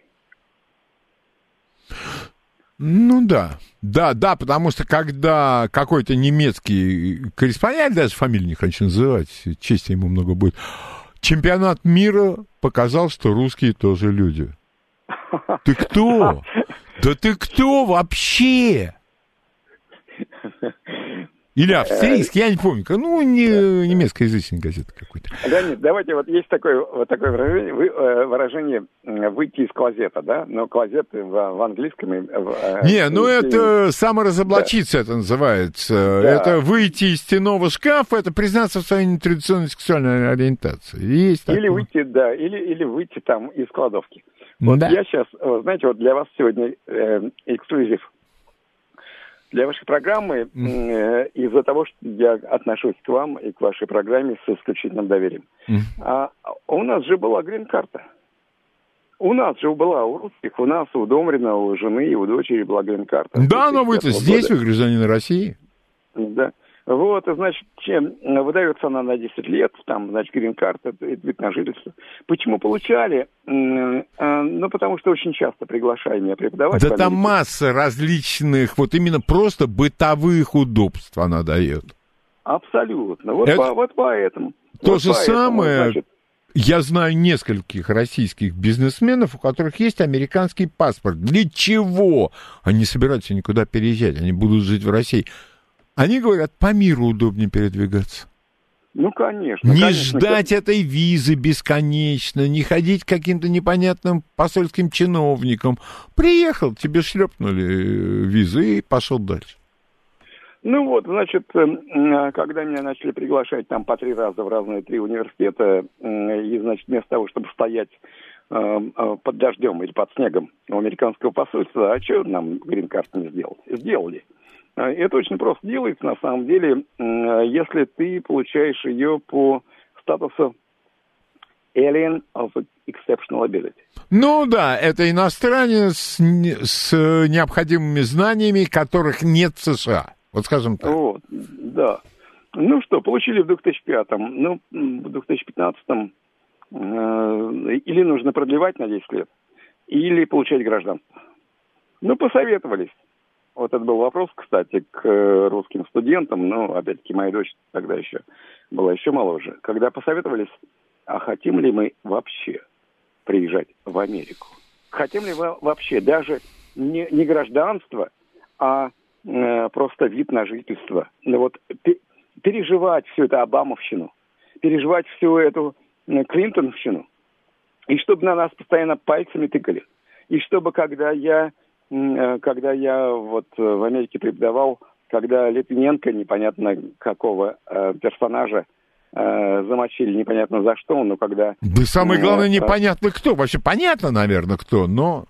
Ну да, да, да, потому что когда какой-то немецкий корреспондент, даже фамилию не хочу называть, чести ему много будет, чемпионат мира показал, что русские тоже люди. Ты кто? Да ты кто вообще? Или австрийский, я не помню. Ну, не, немецкоязычная газета какой-то. Да нет, давайте, вот есть такое, вот такое выражение, вы, выражение «выйти из клозета», да? Но клозет в, в английском... В, не, ну это саморазоблачиться, да. Это называется. Да. Это выйти из стенного шкафа, это признаться в своей нетрадиционной сексуальной ориентации. Есть или такое. выйти, да, или, или выйти там из кладовки. Вот да. Я сейчас, знаете, вот для вас сегодня э, эксклюзив. Для вашей программы, э, из-за того, что я отношусь к вам и к вашей программе с исключительным доверием. Mm. А у нас же была грин-карта. У нас же была, у русских, у нас, у Домрина, у жены и у дочери была грин-карта. Да, но вы-то здесь, вы гражданин России. Да. Вот, значит, чем выдается она на десять лет, там, значит, грин-карта, вид на жительство. Почему получали? Ну, потому что очень часто приглашаемые преподаватели... Да там масса различных, вот именно просто бытовых удобств она дает. Абсолютно. Вот, Это... по, вот поэтому. То вот же поэтому, самое... Значит... Я знаю нескольких российских бизнесменов, у которых есть американский паспорт. Для чего? Они не собираются никуда переезжать, они будут жить в России. Они говорят, по миру удобнее передвигаться. Ну, конечно. Не конечно, ждать как... этой визы бесконечно, не ходить к каким-то непонятным посольским чиновникам. Приехал, тебе шлепнули визу и пошел дальше. Ну вот, значит, когда меня начали приглашать там по три раза в разные три университета, и, значит, вместо того, чтобы стоять под дождем или под снегом у американского посольства, а что нам грин-карту не сделать? Сделали. Это очень просто делается, на самом деле, если ты получаешь ее по статусу Alien of Exceptional Ability. Ну да, это иностранец с необходимыми знаниями, которых нет в США. Вот скажем так. Вот, да. Ну что, получили в две тысячи пятом, ну, в две тысячи пятнадцатом э, или нужно продлевать на десять лет, или получать гражданство. Ну, посоветовались. Вот это был вопрос, кстати, к русским студентам, но, опять-таки, моя дочь тогда еще была еще моложе. Когда посоветовались, а хотим ли мы вообще приезжать в Америку? Хотим ли мы вообще даже не, не гражданство, а э, просто вид на жительство? Ну вот пе- переживать всю эту Обамовщину, переживать всю эту э, Клинтоновщину, и чтобы на нас постоянно пальцами тыкали. И чтобы, когда я... Когда я вот в Америке преподавал, когда Литвиненко, непонятно какого э, персонажа, э, замочили непонятно за что, но когда... Да самое главное, непонятно кто. Вообще понятно, наверное, кто, но...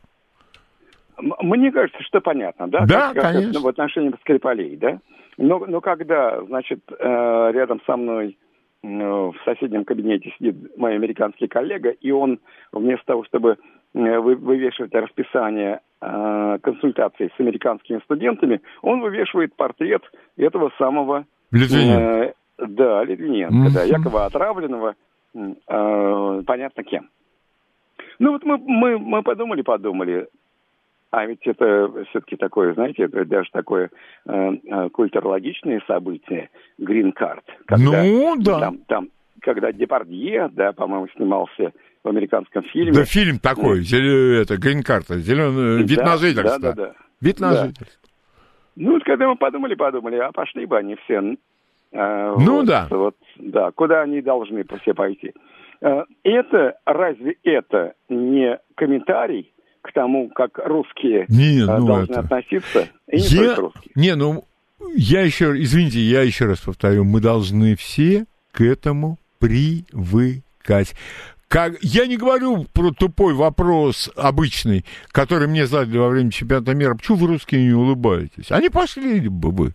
Мне кажется, что понятно, да? Да, как, конечно. Как в отношении Скрипалей, да? Но, но когда, значит, э, рядом со мной э, в соседнем кабинете сидит мой американский коллега, и он вместо того, чтобы э, вы, вывешивать расписание консультаций с американскими студентами, он вывешивает портрет этого самого... Литвиненко. Э, да, Литвиненко, mm-hmm. да, якобы отравленного, э, понятно кем. Ну вот мы, мы, мы подумали-подумали, а ведь это все-таки такое, знаете, это даже такое э, культурологичное событие, грин-карт. Ну, да. Там, там, когда Депардье, да, по-моему, снимался в американском фильме. Да, фильм такой, mm. это, грин-карта, зеленый, вид да, на жительство. Да, да, да. Вид на да. жительство. Ну, вот когда мы подумали-подумали, а пошли бы они все. Э, ну, вот, да. Вот, да, куда они должны все пойти. Э, это, разве это не комментарий к тому, как русские не, э, ну должны это... относиться? И не я... только русские. Не, ну, я еще, извините, я еще раз повторю, мы должны все к этому привыкать. Как, я не говорю про тупой вопрос обычный, который мне задали во время чемпионата мира. Почему вы, русские, не улыбаетесь? Они пошли бы вы.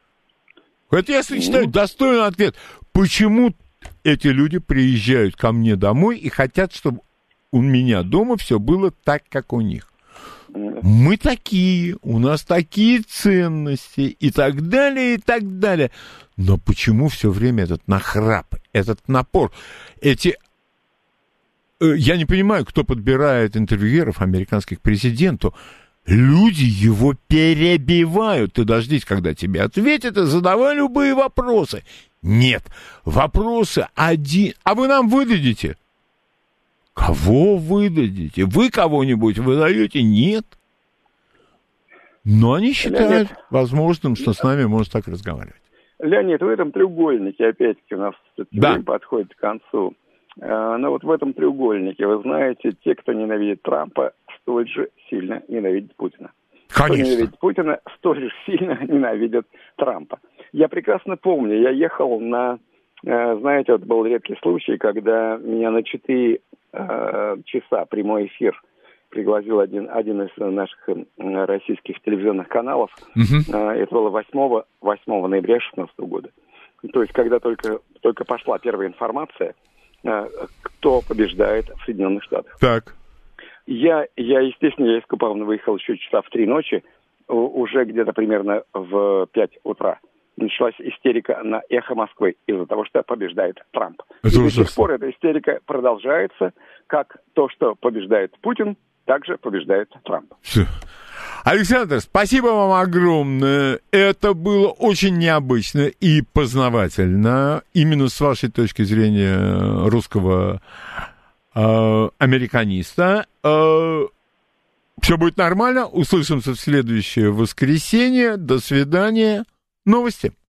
Это я считаю достойный ответ. Почему эти люди приезжают ко мне домой и хотят, чтобы у меня дома все было так, как у них? Мы такие, у нас такие ценности и так далее, и так далее. Но почему все время этот нахрап, этот напор, эти... Я не понимаю, кто подбирает интервьюеров американских президенту. Люди его перебивают. Ты дождись, когда тебе ответят, и задавай любые вопросы. Нет, вопросы один. А вы нам выдадите? Кого выдадите? Вы кого-нибудь выдаете? Нет. Но они считают Леонид, возможным, что с нами можно так разговаривать. Леонид, в этом треугольнике, опять-таки, у нас да. время подходит к концу. Но вот в этом треугольнике, вы знаете, те, кто ненавидит Трампа, столь же сильно ненавидят Путина. Конечно. Кто ненавидит Путина, столь же сильно ненавидят Трампа. Я прекрасно помню, я ехал на, знаете, вот был редкий случай, когда меня на четыре часа прямой эфир пригласил один, один из наших российских телевизионных каналов. Угу. Это было восьмого ноября две тысячи шестнадцатого года. То есть, когда только, только пошла первая информация, кто побеждает в Соединенных Штатах. Так. Я, я, естественно, я из Купавна выехал еще часа в три ночи, уже где-то примерно в пять утра. Началась истерика на «Эхо Москвы» из-за того, что побеждает Трамп. Это И ужасно. До сих пор эта истерика продолжается, как то, что побеждает Путин, также побеждает Трамп. Все. Александр, спасибо вам огромное. Это было очень необычно и познавательно. Именно с вашей точки зрения русского э, американиста. Э, все будет нормально. Услышимся в следующее воскресенье. До свидания. Новости.